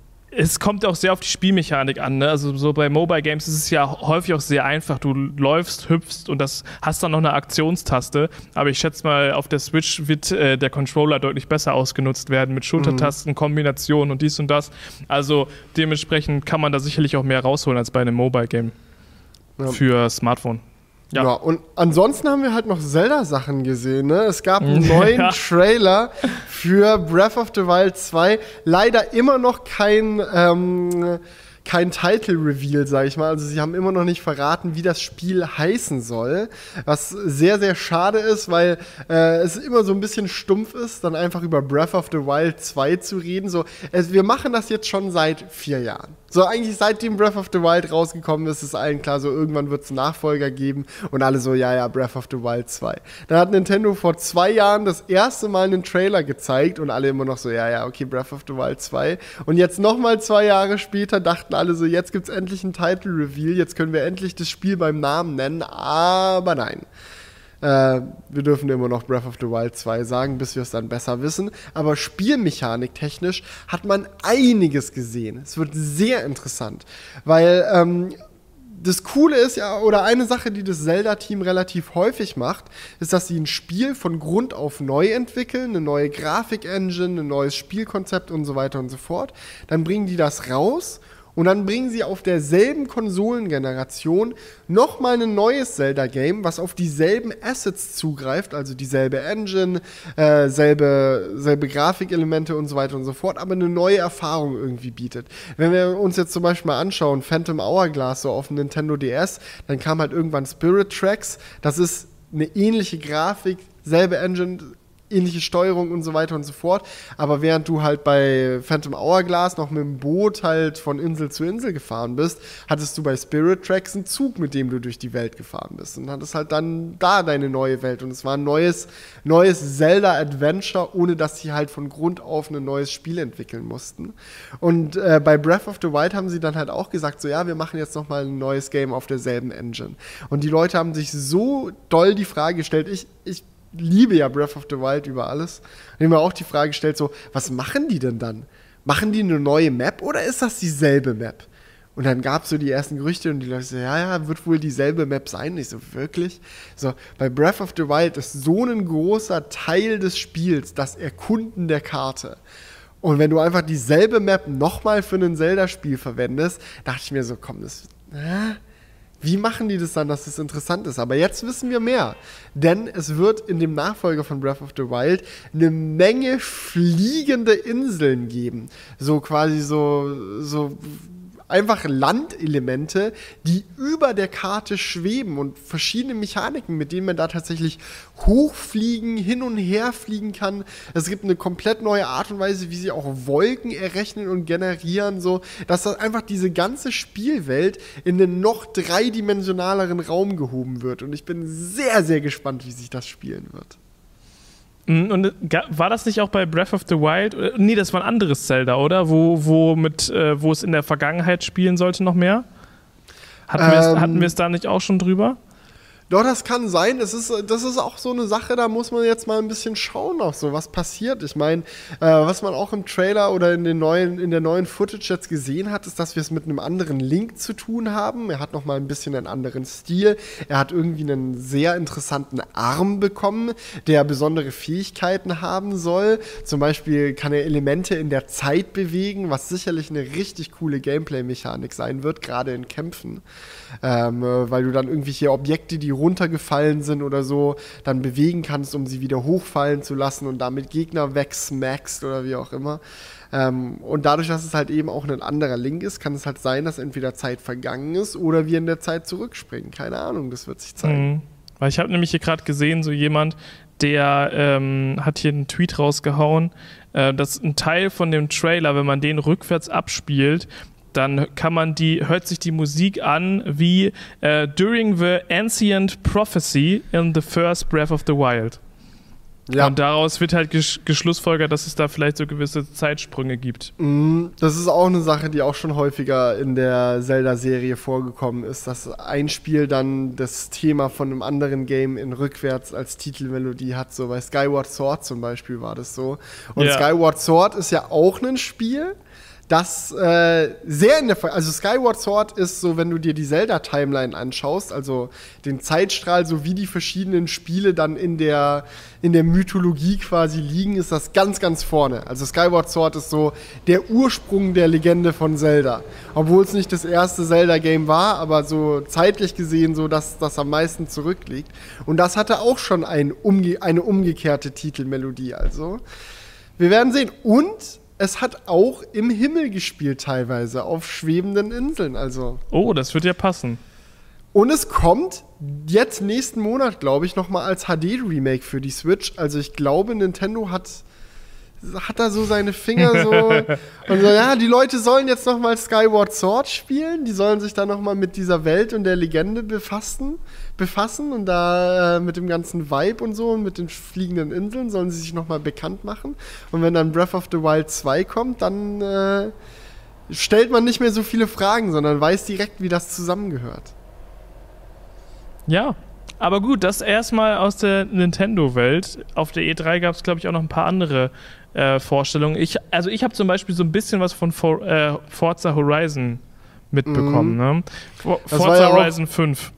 es kommt auch sehr auf die Spielmechanik an, ne? Also so bei Mobile Games ist es ja häufig auch sehr einfach. Du läufst, hüpfst und das hast dann noch eine Aktionstaste. Aber ich schätze mal, auf der Switch wird äh, der Controller deutlich besser ausgenutzt werden mit Schultertasten, mhm. Kombinationen und dies und das. Also dementsprechend kann man da sicherlich auch mehr rausholen als bei einem Mobile Game ja. für Smartphone. Ja. ja, und ansonsten haben wir halt noch Zelda-Sachen gesehen, ne? Es gab einen neuen ja. Trailer für Breath of the Wild zwei. Leider immer noch kein, ähm, kein Title-Reveal, sag ich mal. Also sie haben immer noch nicht verraten, wie das Spiel heißen soll. Was sehr, sehr schade ist, weil äh, es immer so ein bisschen stumpf ist, dann einfach über Breath of the Wild zwei zu reden. So, also wir machen das jetzt schon seit vier Jahren. So, eigentlich seitdem Breath of the Wild rausgekommen ist, ist allen klar, so irgendwann wird es einen Nachfolger geben und alle so, ja, ja, Breath of the Wild zwei. Dann hat Nintendo vor zwei Jahren das erste Mal einen Trailer gezeigt und alle immer noch so, ja, ja, okay, Breath of the Wild zwei. Und jetzt nochmal zwei Jahre später dachten alle so, jetzt gibt's endlich einen Title-Reveal, jetzt können wir endlich das Spiel beim Namen nennen, aber nein. Äh, wir dürfen immer noch Breath of the Wild zwei sagen, bis wir es dann besser wissen. Aber spielmechanik-technisch hat man einiges gesehen. Es wird sehr interessant, weil ähm, das Coole ist ja, oder eine Sache, die das Zelda-Team relativ häufig macht, ist, dass sie ein Spiel von Grund auf neu entwickeln, eine neue Grafik-Engine, ein neues Spielkonzept und so weiter und so fort. Dann bringen die das raus Und dann bringen sie auf derselben Konsolengeneration nochmal ein neues Zelda-Game, was auf dieselben Assets zugreift, also dieselbe Engine, äh, selbe, selbe Grafikelemente und so weiter und so fort, aber eine neue Erfahrung irgendwie bietet. Wenn wir uns jetzt zum Beispiel mal anschauen, Phantom Hourglass so auf dem Nintendo D S, dann kam halt irgendwann Spirit Tracks, das ist eine ähnliche Grafik, selbe Engine, ähnliche Steuerung und so weiter und so fort. Aber während du halt bei Phantom Hourglass noch mit dem Boot halt von Insel zu Insel gefahren bist, hattest du bei Spirit Tracks einen Zug, mit dem du durch die Welt gefahren bist. Und hattest halt dann da deine neue Welt. Und es war ein neues, neues Zelda-Adventure, ohne dass sie halt von Grund auf ein neues Spiel entwickeln mussten. Und äh, bei Breath of the Wild haben sie dann halt auch gesagt, so ja, wir machen jetzt noch mal ein neues Game auf derselben Engine. Und die Leute haben sich so doll die Frage gestellt, ich, ich liebe ja Breath of the Wild über alles. Und ich habe mir auch die Frage gestellt, so, was machen die denn dann? Machen die eine neue Map oder ist das dieselbe Map? Und dann gab es so die ersten Gerüchte und die Leute so, ja, ja, wird wohl dieselbe Map sein. Und ich so, wirklich? So, bei Breath of the Wild ist so ein großer Teil des Spiels das Erkunden der Karte. Und wenn du einfach dieselbe Map nochmal für ein Zelda-Spiel verwendest, dachte ich mir so, komm, das, äh, wie machen die das dann, dass das interessant ist? Aber jetzt wissen wir mehr. Denn es wird in dem Nachfolger von Breath of the Wild eine Menge fliegende Inseln geben. So quasi so, so einfach Landelemente, die über der Karte schweben und verschiedene Mechaniken, mit denen man da tatsächlich hochfliegen, hin und her fliegen kann. Es gibt eine komplett neue Art und Weise, wie sie auch Wolken errechnen und generieren, so, dass das einfach diese ganze Spielwelt in einen noch dreidimensionaleren Raum gehoben wird. Und ich bin sehr, sehr gespannt, wie sich das spielen wird. Und war das nicht auch bei Breath of the Wild? Nee, das war ein anderes Zelda, oder? Wo, wo, mit, äh, wo es in der Vergangenheit spielen sollte noch mehr? Hatten ähm, wir es, hatten wir es da nicht auch schon drüber? Doch, das kann sein. Es ist, das ist auch so eine Sache, da muss man jetzt mal ein bisschen schauen, auch so, was passiert. Ich meine, äh, was man auch im Trailer oder in, den neuen, in der neuen Footage jetzt gesehen hat, ist, dass wir es mit einem anderen Link zu tun haben. Er hat noch mal ein bisschen einen anderen Stil. Er hat irgendwie einen sehr interessanten Arm bekommen, der besondere Fähigkeiten haben soll. Zum Beispiel kann er Elemente in der Zeit bewegen, was sicherlich eine richtig coole Gameplay-Mechanik sein wird, gerade in Kämpfen. Ähm, weil du dann irgendwelche Objekte, die runtergefallen sind oder so, dann bewegen kannst, um sie wieder hochfallen zu lassen und damit Gegner wegsmackst oder wie auch immer. Ähm, und dadurch, dass es halt eben auch ein anderer Link ist, kann es halt sein, dass entweder Zeit vergangen ist oder wir in der Zeit zurückspringen. Keine Ahnung, das wird sich zeigen. Mhm. Weil ich habe nämlich hier gerade gesehen, so jemand, der ähm, hat hier einen Tweet rausgehauen, äh, dass ein Teil von dem Trailer, wenn man den rückwärts abspielt, dann kann man die, hört sich die Musik an wie uh, During the Ancient Prophecy in the First Breath of the Wild. Ja. Und daraus wird halt gesch- geschlussfolgert, dass es da vielleicht so gewisse Zeitsprünge gibt. Das ist auch eine Sache, die auch schon häufiger in der Zelda-Serie vorgekommen ist, dass ein Spiel dann das Thema von einem anderen Game in rückwärts als Titelmelodie hat. So bei Skyward Sword zum Beispiel war das so. Und ja. Skyward Sword ist ja auch ein Spiel, das äh, sehr in der Ver- also Skyward Sword ist so, wenn du dir die Zelda-Timeline anschaust, also den Zeitstrahl, so wie die verschiedenen Spiele dann in der, in der Mythologie quasi liegen, ist das ganz, ganz vorne. Also Skyward Sword ist so der Ursprung der Legende von Zelda. Obwohl es nicht das erste Zelda-Game war, aber so zeitlich gesehen so, dass das am meisten zurückliegt. Und das hatte auch schon ein umge- eine umgekehrte Titelmelodie. Also wir werden sehen. Und es hat auch im Himmel gespielt teilweise, auf schwebenden Inseln, also. Oh, das wird ja passen. Und es kommt jetzt nächsten Monat, glaube ich, noch mal als H D-Remake für die Switch. Also ich glaube, Nintendo hat, hat da so seine Finger so und so, ja, die Leute sollen jetzt noch mal Skyward Sword spielen, die sollen sich da noch mal mit dieser Welt und der Legende befassen, befassen und da äh, mit dem ganzen Vibe und so und mit den fliegenden Inseln sollen sie sich noch mal bekannt machen. Und wenn dann Breath of the Wild zwei kommt, dann äh, stellt man nicht mehr so viele Fragen, sondern weiß direkt, wie das zusammengehört. Ja, aber gut, das erstmal aus der Nintendo-Welt. Auf der E drei gab es, glaube ich, auch noch ein paar andere äh, Vorstellungen. Ich, also ich habe zum Beispiel so ein bisschen was von For, äh, Forza Horizon mitbekommen. Mhm. Ne? For, Forza ja Horizon fünf.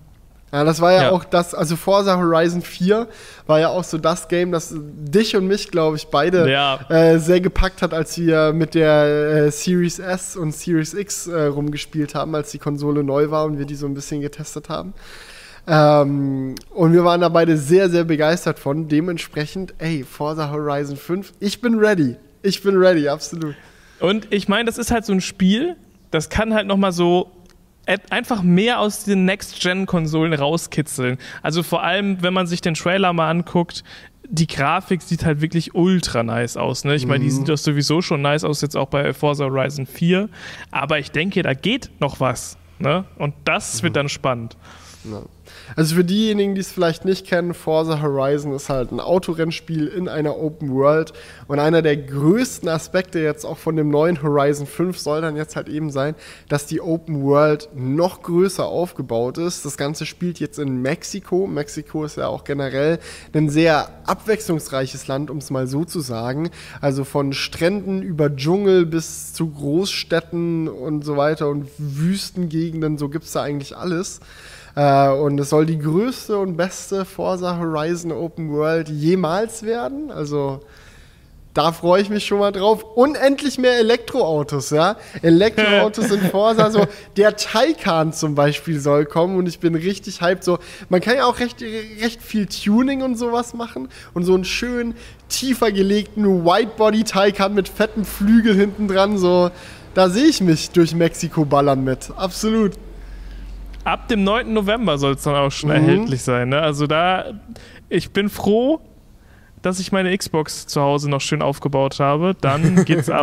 Ja, das war ja, Ja. auch das, also Forza Horizon vier war ja auch so das Game, das dich und mich, glaube ich, beide Ja. äh, sehr gepackt hat, als wir mit der äh, Series S und Series X äh, rumgespielt haben, als die Konsole neu war und wir die so ein bisschen getestet haben. Ähm, und wir waren da beide sehr, sehr begeistert von. Dementsprechend, ey, Forza Horizon fünf, ich bin ready. Ich bin ready, absolut. Und ich meine, das ist halt so ein Spiel, das kann halt nochmal so einfach mehr aus den Next-Gen-Konsolen rauskitzeln. Also vor allem, wenn man sich den Trailer mal anguckt, die Grafik sieht halt wirklich ultra nice aus. Ne? Ich meine, die sieht doch sowieso schon nice aus, jetzt auch bei Forza Horizon vier. Aber ich denke, da geht noch was. Ne? Und das wird dann spannend. Ja. Also für diejenigen, die es vielleicht nicht kennen, Forza Horizon ist halt ein Autorennspiel in einer Open World und einer der größten Aspekte jetzt auch von dem neuen Horizon fünf soll dann jetzt halt eben sein, dass die Open World noch größer aufgebaut ist. Das Ganze spielt jetzt in Mexiko. Mexiko ist ja auch generell ein sehr abwechslungsreiches Land, um es mal so zu sagen. Also von Stränden über Dschungel bis zu Großstädten und so weiter und Wüstengegenden, so gibt es da eigentlich alles. Uh, und es soll die größte und beste Forza Horizon Open World jemals werden. Also da freue ich mich schon mal drauf. Und endlich mehr Elektroautos, ja. Elektroautos in Forza, so der Taycan zum Beispiel soll kommen und ich bin richtig hyped. So, man kann ja auch recht, recht viel Tuning und sowas machen und so einen schönen, tiefer gelegten Whitebody Taycan mit fetten Flügel hinten dran, so, da sehe ich mich durch Mexiko ballern mit. Absolut. Ab dem neunten November soll es dann auch schon mhm. erhältlich sein. Ne? Also da, ich bin froh, dass ich meine Xbox zu Hause noch schön aufgebaut habe. Dann geht's ab.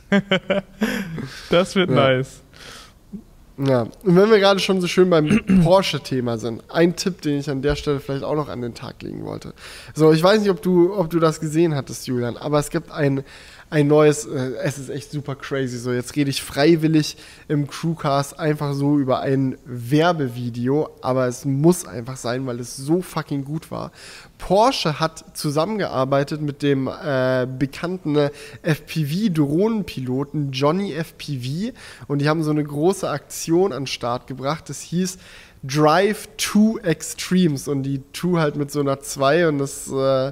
Das wird ja. nice. Ja, und wenn wir gerade schon so schön beim Porsche-Thema sind, ein Tipp, den ich an der Stelle vielleicht auch noch an den Tag legen wollte. So, ich weiß nicht, ob du, ob du das gesehen hattest, Julian, aber es gibt ein Ein neues, äh, es ist echt super crazy. So, jetzt rede ich freiwillig im Crewcast einfach so über ein Werbevideo, aber es muss einfach sein, weil es so fucking gut war. Porsche hat zusammengearbeitet mit dem äh, bekannten F P V-Drohnenpiloten Johnny F P V und die haben so eine große Aktion an den Start gebracht. Das hieß Drive to Extremes und die zwei halt mit so einer zwei und das äh,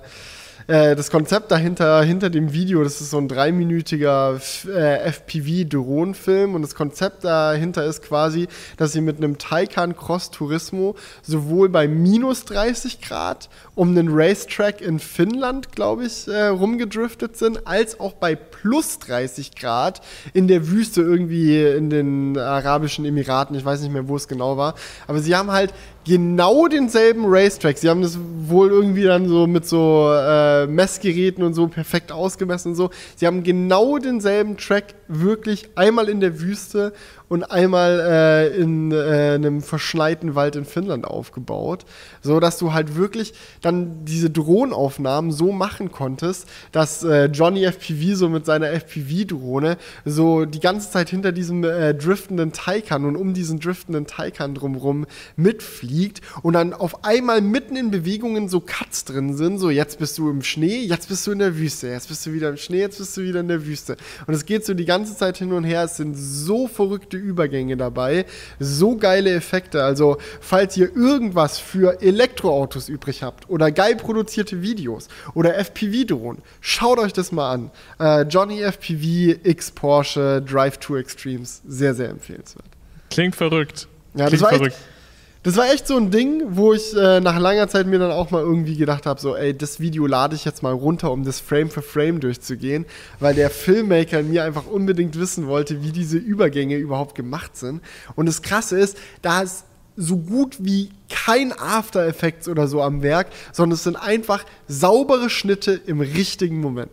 Das Konzept dahinter, hinter dem Video, das ist so ein dreiminütiger äh, F P V-Drohnenfilm und das Konzept dahinter ist quasi, dass sie mit einem Taycan Cross Turismo sowohl bei minus dreißig Grad um den Racetrack in Finnland, glaube ich, äh, rumgedriftet sind, als auch bei plus dreißig Grad in der Wüste irgendwie in den Arabischen Emiraten, ich weiß nicht mehr, wo es genau war, aber sie haben halt genau denselben Racetrack. Sie haben das wohl irgendwie dann so mit so äh, Messgeräten und so perfekt ausgemessen und so. Sie haben genau denselben Track wirklich einmal in der Wüste und einmal äh, in äh, einem verschneiten Wald in Finnland aufgebaut, so dass du halt wirklich dann diese Drohnenaufnahmen so machen konntest, dass äh, Johnny F P V so mit seiner F P V-Drohne so die ganze Zeit hinter diesem äh, driftenden Taycan und um diesen driftenden Taycan drumherum mitfliegt und dann auf einmal mitten in Bewegungen so Cuts drin sind, so jetzt bist du im Schnee, jetzt bist du in der Wüste, jetzt bist du wieder im Schnee, jetzt bist du wieder in der Wüste und es geht so die ganze Zeit hin und her, es sind so verrückte Übergänge dabei, so geile Effekte, also falls ihr irgendwas für Elektroautos übrig habt oder geil produzierte Videos oder F P V-Drohnen, schaut euch das mal an. Äh, Johnny F P V X Porsche Drive to Extremes, sehr, sehr empfehlenswert. Klingt verrückt. Ja, Klingt das war verrückt. Echt, das war echt so ein Ding, wo ich äh, nach langer Zeit mir dann auch mal irgendwie gedacht habe, so ey, das Video lade ich jetzt mal runter, um das Frame für Frame durchzugehen, weil der Filmmaker in mir einfach unbedingt wissen wollte, wie diese Übergänge überhaupt gemacht sind. Und das Krasse ist, da ist so gut wie kein After Effects oder so am Werk, sondern es sind einfach saubere Schnitte im richtigen Moment.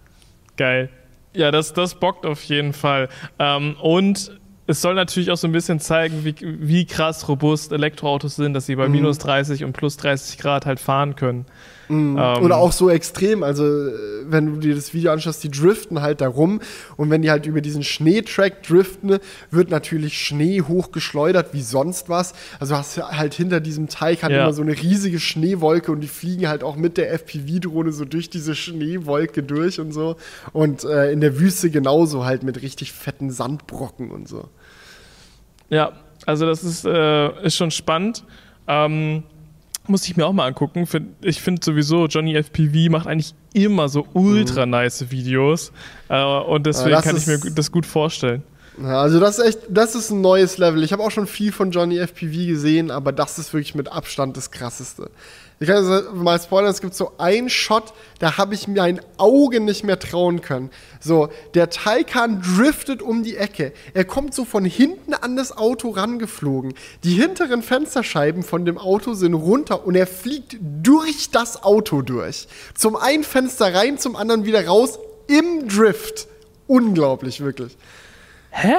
Geil. Ja, das, das bockt auf jeden Fall. Ähm, und es soll natürlich auch so ein bisschen zeigen, wie, wie krass robust Elektroautos sind, dass sie bei mhm. minus dreißig und plus dreißig Grad halt fahren können. Mhm. Ähm, Oder auch so extrem, also wenn du dir das Video anschaust, die driften halt da rum und wenn die halt über diesen Schneetrack driften, wird natürlich Schnee hochgeschleudert wie sonst was. Also hast du halt hinter diesem Taycan ja. immer so eine riesige Schneewolke und die fliegen halt auch mit der F P V-Drohne so durch diese Schneewolke durch und so. Und äh, in der Wüste genauso halt mit richtig fetten Sandbrocken und so. Ja, also das ist, äh, ist schon spannend. Ähm, muss ich mir auch mal angucken. Ich finde sowieso, Johnny F P V macht eigentlich immer so ultra nice Videos. Äh, und deswegen ja, kann ich mir das gut vorstellen. Ja, also das ist echt, das ist ein neues Level. Ich habe auch schon viel von Johnny F P V gesehen, aber das ist wirklich mit Abstand das Krasseste. Ich kann also mal spoilern, es gibt so einen Shot, da habe ich mir ein Auge nicht mehr trauen können. So, der Taycan driftet um die Ecke. Er kommt so von hinten an das Auto rangeflogen. Die hinteren Fensterscheiben von dem Auto sind runter und er fliegt durch das Auto durch. Zum einen Fenster rein, zum anderen wieder raus im Drift. Unglaublich, wirklich. Hä?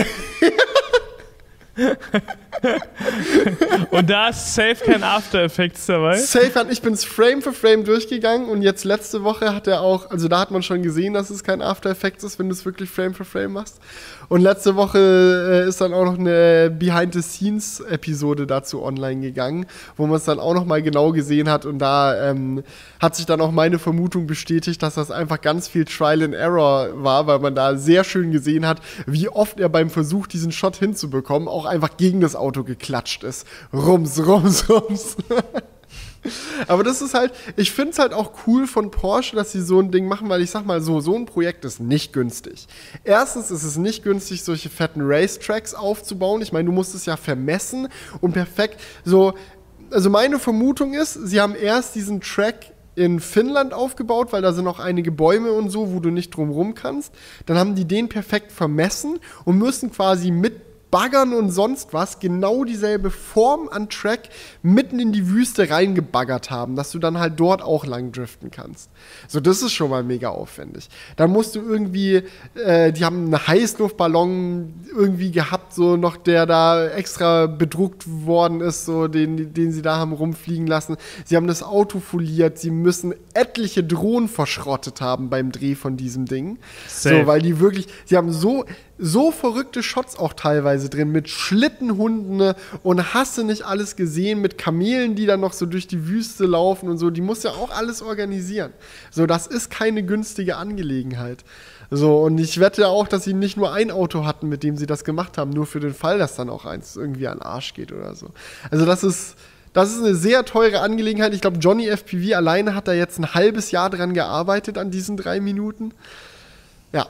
Und da ist safe kein After Effects dabei? Safe, ich bin es Frame für Frame durchgegangen und jetzt letzte Woche hat er auch, also da hat man schon gesehen, dass es kein After Effects ist, wenn du es wirklich Frame für Frame machst. Und letzte Woche äh, ist dann auch noch eine Behind-the-Scenes-Episode dazu online gegangen, wo man es dann auch noch mal genau gesehen hat und da ähm, hat sich dann auch meine Vermutung bestätigt, dass das einfach ganz viel Trial and Error war, weil man da sehr schön gesehen hat, wie oft er beim Versuch, diesen Shot hinzubekommen, auch einfach gegen das Auto geklatscht ist. Rums, rums, rums. Aber das ist halt, ich finde es halt auch cool von Porsche, dass sie so ein Ding machen, weil ich sag mal so, so ein Projekt ist nicht günstig. Erstens ist es nicht günstig, solche fetten Racetracks aufzubauen. Ich meine, du musst es ja vermessen und perfekt so, also meine Vermutung ist, sie haben erst diesen Track in Finnland aufgebaut, weil da sind auch einige Bäume und so, wo du nicht drum rum kannst. Dann haben die den perfekt vermessen und müssen quasi mit Baggern und sonst was genau dieselbe Form an Track mitten in die Wüste reingebaggert haben, dass du dann halt dort auch lang driften kannst. So, das ist schon mal mega aufwendig. Dann musst du irgendwie, äh, die haben einen Heißluftballon irgendwie gehabt, so noch, der da extra bedruckt worden ist, so den, den sie da haben rumfliegen lassen. Sie haben das Auto foliert, sie müssen etliche Drohnen verschrottet haben beim Dreh von diesem Ding. Safe. So, weil die wirklich, sie haben so So verrückte Shots auch teilweise drin, mit Schlittenhunden und hast du nicht alles gesehen, mit Kamelen, die dann noch so durch die Wüste laufen und so, die muss ja auch alles organisieren. So, das ist keine günstige Angelegenheit. So, und ich wette auch, dass sie nicht nur ein Auto hatten, mit dem sie das gemacht haben, nur für den Fall, dass dann auch eins irgendwie an den Arsch geht oder so. Also das ist, das ist eine sehr teure Angelegenheit. Ich glaube, Johnny F P V alleine hat da jetzt ein halbes Jahr dran gearbeitet an diesen drei Minuten. Ja.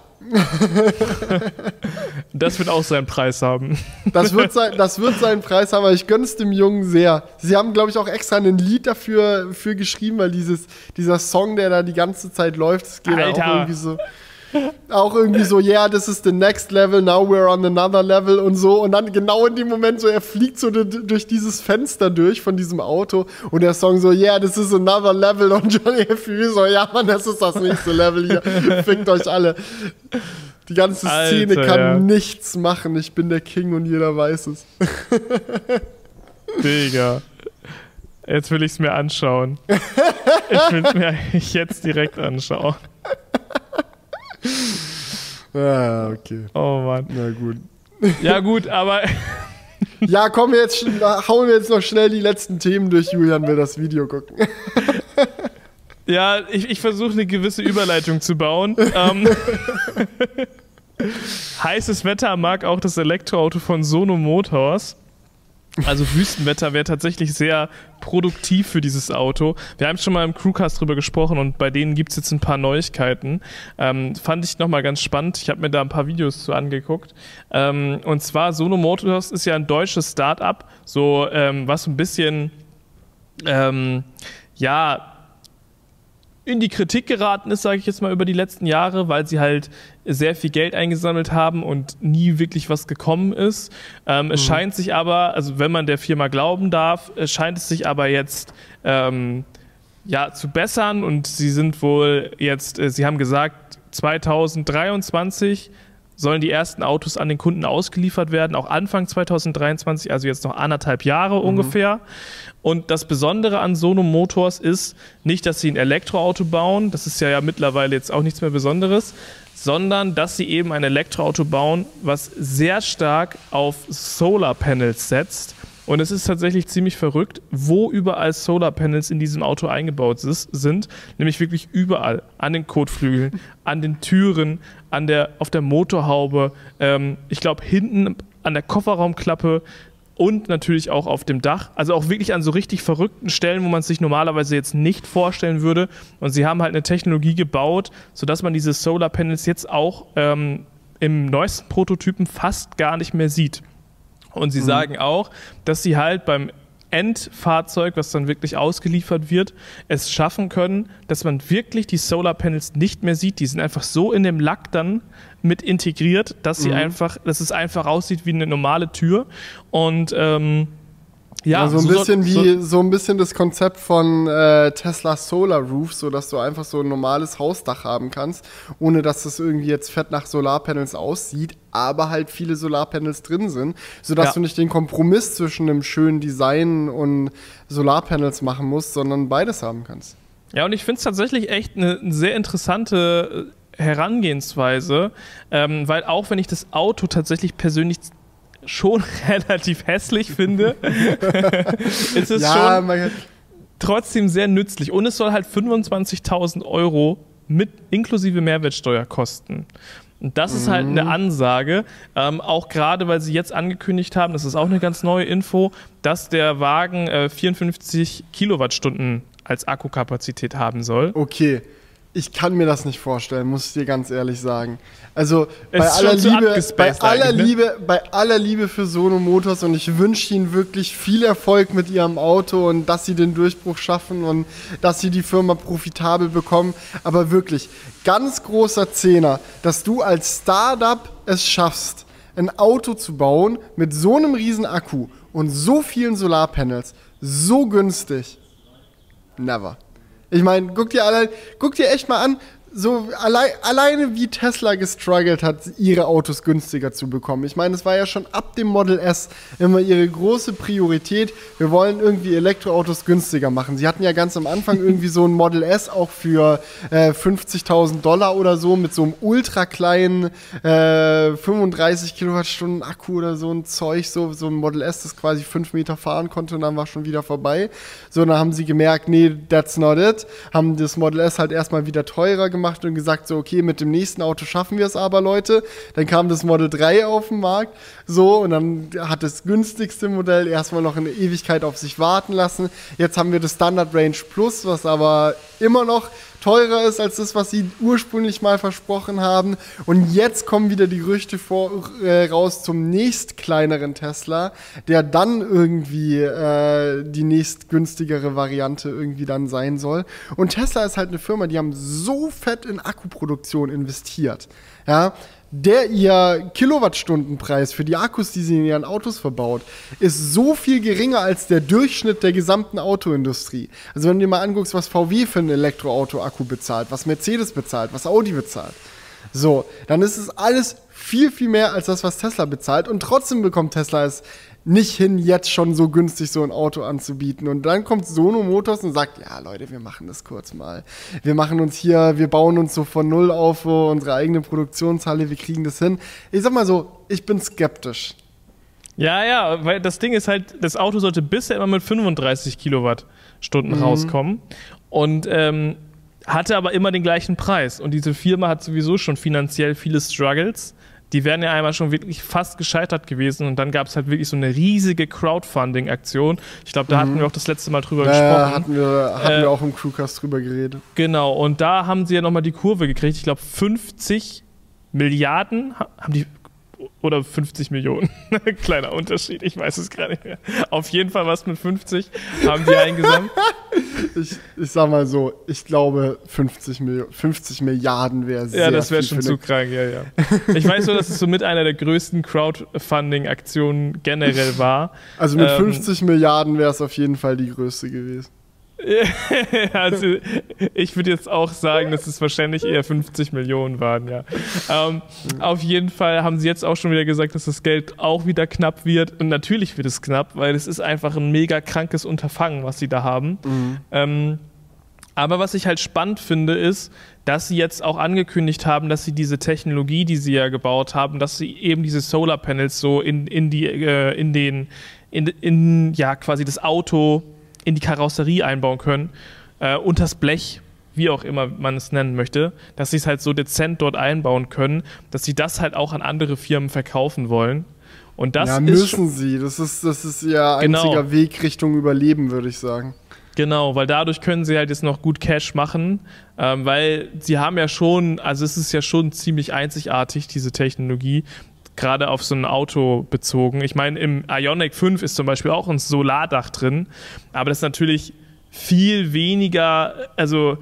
Das wird auch seinen Preis haben. Das wird, sein, das wird seinen Preis haben, aber ich gönn's dem Jungen sehr. Sie haben, glaube ich, auch extra ein Lied dafür für geschrieben, weil dieses, dieser Song, der da die ganze Zeit läuft, das geht Alter. auch irgendwie so. Auch irgendwie so, yeah, this is the next level, now we're on another level und so. Und dann genau in dem Moment so, er fliegt so durch dieses Fenster durch von diesem Auto und der Song so, yeah, this is another level und Johnny F P V so, ja Mann, das ist das nächste Level hier. Fickt euch alle. Die ganze Szene Alter, kann ja. nichts machen. Ich bin der King und jeder weiß es. Digga. Jetzt will ich es mir anschauen. Ich will es mir jetzt direkt anschauen. Ah, okay. Oh Mann. Na gut. Ja gut, aber... Ja, komm, jetzt hauen wir jetzt noch schnell die letzten Themen durch. Julian will das Video gucken. Ja, ich, ich versuche eine gewisse Überleitung zu bauen. ähm, heißes Wetter mag auch das Elektroauto von Sono Motors. Also Wüstenwetter wäre tatsächlich sehr produktiv für dieses Auto. Wir haben schon mal im Crewcast drüber gesprochen und bei denen gibt es jetzt ein paar Neuigkeiten. Ähm, fand ich nochmal ganz spannend. Ich habe mir da ein paar Videos zu angeguckt. Ähm, und zwar Sono Motors ist ja ein deutsches Start-up, so ähm, was ein bisschen ähm, ja in die Kritik geraten ist, sage ich jetzt mal, über die letzten Jahre, weil sie halt sehr viel Geld eingesammelt haben und nie wirklich was gekommen ist. Ähm, mhm. Es scheint sich aber, also wenn man der Firma glauben darf, es scheint es sich aber jetzt ähm, ja, zu bessern und sie sind wohl jetzt, äh, sie haben gesagt, zwanzig dreiundzwanzig sollen die ersten Autos an den Kunden ausgeliefert werden, auch Anfang zwanzig dreiundzwanzig, also jetzt noch anderthalb Jahre mhm. ungefähr. Und das Besondere an Sono Motors ist nicht, dass sie ein Elektroauto bauen, das ist ja, ja mittlerweile jetzt auch nichts mehr Besonderes, sondern dass sie eben ein Elektroauto bauen, was sehr stark auf Solarpanels setzt. Und es ist tatsächlich ziemlich verrückt, wo überall Solarpanels in diesem Auto eingebaut ist, sind, nämlich wirklich überall. An den Kotflügeln, an den Türen, an der, auf der Motorhaube, ähm, ich glaube hinten an der Kofferraumklappe, und natürlich auch auf dem Dach. Also auch wirklich an so richtig verrückten Stellen, wo man es sich normalerweise jetzt nicht vorstellen würde. Und sie haben halt eine Technologie gebaut, sodass man diese Solarpanels jetzt auch ähm, im neuesten Prototypen fast gar nicht mehr sieht. Und sie mhm. sagen auch, dass sie halt beim Endfahrzeug, was dann wirklich ausgeliefert wird, es schaffen können, dass man wirklich die Solarpanels nicht mehr sieht. Die sind einfach so in dem Lack dann mit integriert, dass sie mhm. einfach, dass es einfach aussieht wie eine normale Tür. Und ähm, ja, ja, so ein so, bisschen so, wie so ein bisschen das Konzept von äh, Tesla Solar Roof, so dass du einfach so ein normales Hausdach haben kannst, ohne dass das irgendwie jetzt fett nach Solarpanels aussieht, aber halt viele Solarpanels drin sind, sodass ja. du nicht den Kompromiss zwischen einem schönen Design und Solarpanels machen musst, sondern beides haben kannst. Ja, und ich finde es tatsächlich echt eine, eine sehr interessante Herangehensweise, ähm, weil auch wenn ich das Auto tatsächlich persönlich schon relativ hässlich finde, ist es ja, schon trotzdem sehr nützlich. Und es soll halt fünfundzwanzigtausend Euro mit inklusive Mehrwertsteuer kosten. Und das mhm. ist halt eine Ansage, ähm, auch gerade, weil sie jetzt angekündigt haben, das ist auch eine ganz neue Info, dass der Wagen äh, vierundfünfzig Kilowattstunden als Akkukapazität haben soll. Okay. Ich kann mir das nicht vorstellen, muss ich dir ganz ehrlich sagen. Also bei aller, Liebe, bei, aller Liebe, bei aller Liebe für Sono Motors und ich wünsche ihnen wirklich viel Erfolg mit ihrem Auto und dass sie den Durchbruch schaffen und dass sie die Firma profitabel bekommen. Aber wirklich, ganz großer Zehner, dass du als Startup es schaffst, ein Auto zu bauen mit so einem riesen Akku und so vielen Solarpanels, so günstig. Never. Ich meine, guck dir allein, guck dir echt mal an, so allein, alleine wie Tesla gestruggelt hat, ihre Autos günstiger zu bekommen. Ich meine, es war ja schon ab dem Model S immer ihre große Priorität. Wir wollen irgendwie Elektroautos günstiger machen. Sie hatten ja ganz am Anfang irgendwie so ein Model S auch für äh, fünfzigtausend Dollar oder so mit so einem ultra kleinen äh, fünfunddreißig Kilowattstunden Akku oder so ein Zeug. So, so ein Model S, das quasi fünf Meter fahren konnte und dann war schon wieder vorbei. So, dann haben sie gemerkt, nee, that's not it. Haben das Model S halt erstmal wieder teurer gemacht und gesagt, so okay, mit dem nächsten Auto schaffen wir es aber, Leute. Dann kam das Model drei auf den Markt, so, und dann hat das günstigste Modell erstmal noch eine Ewigkeit auf sich warten lassen. Jetzt haben wir das Standard Range Plus, was aber immer noch teurer ist als das, was sie ursprünglich mal versprochen haben. Und jetzt kommen wieder die Gerüchte vor, äh, raus zum nächst kleineren Tesla, der dann irgendwie äh, die nächst günstigere Variante irgendwie dann sein soll. Und Tesla ist halt eine Firma, die haben so fett in Akkuproduktion investiert. Ja, der ihr Kilowattstundenpreis für die Akkus, die sie in ihren Autos verbaut, ist so viel geringer als der Durchschnitt der gesamten Autoindustrie. Also wenn du dir mal anguckst, was V W für ein Elektroauto-Akku bezahlt, was Mercedes bezahlt, was Audi bezahlt, so, dann ist es alles viel, viel mehr als das, was Tesla bezahlt. Und trotzdem bekommt Tesla es nicht hin, jetzt schon so günstig so ein Auto anzubieten. Und dann kommt Sono Motors und sagt, ja Leute, wir machen das kurz mal. Wir machen uns hier, wir bauen uns so von Null auf uh, unsere eigene Produktionshalle, wir kriegen das hin. Ich sag mal so, ich bin skeptisch. Ja, ja, weil das Ding ist halt, das Auto sollte bisher immer mit fünfunddreißig Kilowattstunden mhm. rauskommen. Und ähm, hatte aber immer den gleichen Preis. Und diese Firma hat sowieso schon finanziell viele Struggles. Die wären ja einmal schon wirklich fast gescheitert gewesen und dann gab es halt wirklich so eine riesige Crowdfunding-Aktion. Ich glaube, da mhm. hatten wir auch das letzte Mal drüber ja, gesprochen. hatten wir, hatten äh, wir auch im Crewcast drüber geredet. Genau, und da haben sie ja nochmal die Kurve gekriegt. Ich glaube, fünfzig Milliarden haben die, oder fünfzig Millionen. Kleiner Unterschied, ich weiß es gar nicht mehr. Auf jeden Fall was mit fünfzig haben die eingesammelt. Ich, ich sag mal so, ich glaube fünfzig, Milli- fünfzig Milliarden wäre sehr Ja, das wäre viel schon zu krank, ja, ja. Ich weiß nur, dass es so mit einer der größten Crowdfunding-Aktionen generell war. Also mit ähm, fünfzig Milliarden wäre es auf jeden Fall die größte gewesen. Also, ich würde jetzt auch sagen, dass es wahrscheinlich eher fünfzig Millionen waren, ja. Ähm, mhm. Auf jeden Fall haben sie jetzt auch schon wieder gesagt, dass das Geld auch wieder knapp wird. Und natürlich wird es knapp, weil es ist einfach ein mega krankes Unterfangen, was sie da haben. Mhm. Ähm, aber was ich halt spannend finde, ist, dass sie jetzt auch angekündigt haben, dass sie diese Technologie, die sie ja gebaut haben, dass sie eben diese Solarpanels so in, in die, äh, in den, in, in, ja, quasi das Auto in die Karosserie einbauen können, äh, unters Blech, wie auch immer man es nennen möchte, dass sie es halt so dezent dort einbauen können, dass sie das halt auch an andere Firmen verkaufen wollen. Und das ja, ist müssen sie. Das ist, das ist ihr einziger genau. Weg Richtung Überleben, würde ich sagen. Genau, weil dadurch können sie halt jetzt noch gut Cash machen, ähm, weil sie haben ja schon, also es ist ja schon ziemlich einzigartig, diese Technologie, gerade auf so ein Auto bezogen. Ich meine, im Ioniq fünf ist zum Beispiel auch ein Solardach drin, aber das ist natürlich viel weniger, also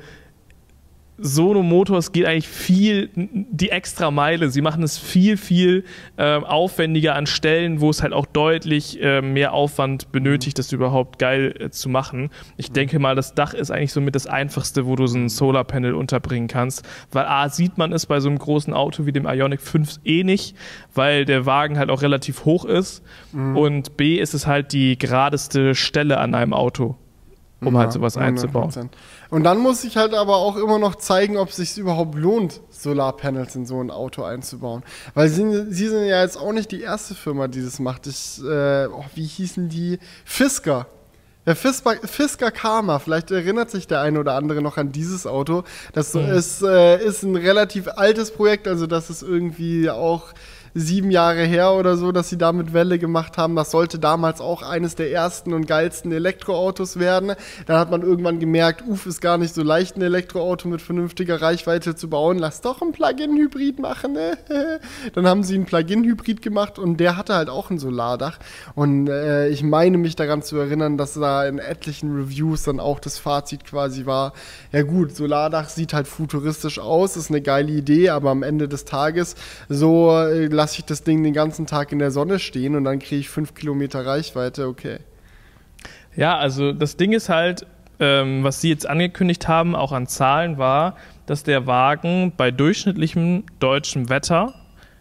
Sono Motors geht eigentlich viel die extra Meile. Sie machen es viel, viel äh, aufwendiger an Stellen, wo es halt auch deutlich äh, mehr Aufwand benötigt, das überhaupt geil äh, zu machen. Ich denke mal, das Dach ist eigentlich somit das Einfachste, wo du so ein Solarpanel unterbringen kannst. Weil A, sieht man es bei so einem großen Auto wie dem Ioniq fünf eh nicht, weil der Wagen halt auch relativ hoch ist. Mhm. Und B, ist es halt die geradeste Stelle an einem Auto, um ja, halt sowas einzubauen. hundert Prozent. Und dann muss ich halt aber auch immer noch zeigen, ob es sich überhaupt lohnt, Solarpanels in so ein Auto einzubauen. Weil sie, sie sind ja jetzt auch nicht die erste Firma, die das macht. Ich, äh, oh, wie hießen die? Fisker. Der Fisker, Fisker Karma, vielleicht erinnert sich der eine oder andere noch an dieses Auto. Das mhm. ist, äh, ist ein relativ altes Projekt, also das ist irgendwie auch sieben Jahre her oder so, dass sie damit Welle gemacht haben. Das sollte damals auch eines der ersten und geilsten Elektroautos werden. Dann hat man irgendwann gemerkt, uff, ist gar nicht so leicht, ein Elektroauto mit vernünftiger Reichweite zu bauen. Lass doch einen Plug-in-Hybrid machen. Ne? Dann haben sie einen Plug-in-Hybrid gemacht und der hatte halt auch ein Solardach. Und äh, ich meine mich daran zu erinnern, dass da in etlichen Reviews dann auch das Fazit quasi war, ja gut, Solardach sieht halt futuristisch aus, ist eine geile Idee, aber am Ende des Tages so äh, lasse ich das Ding den ganzen Tag in der Sonne stehen und dann kriege ich fünf Kilometer Reichweite, okay. Ja, also das Ding ist halt, ähm, was sie jetzt angekündigt haben, auch an Zahlen, war, dass der Wagen bei durchschnittlichem deutschem Wetter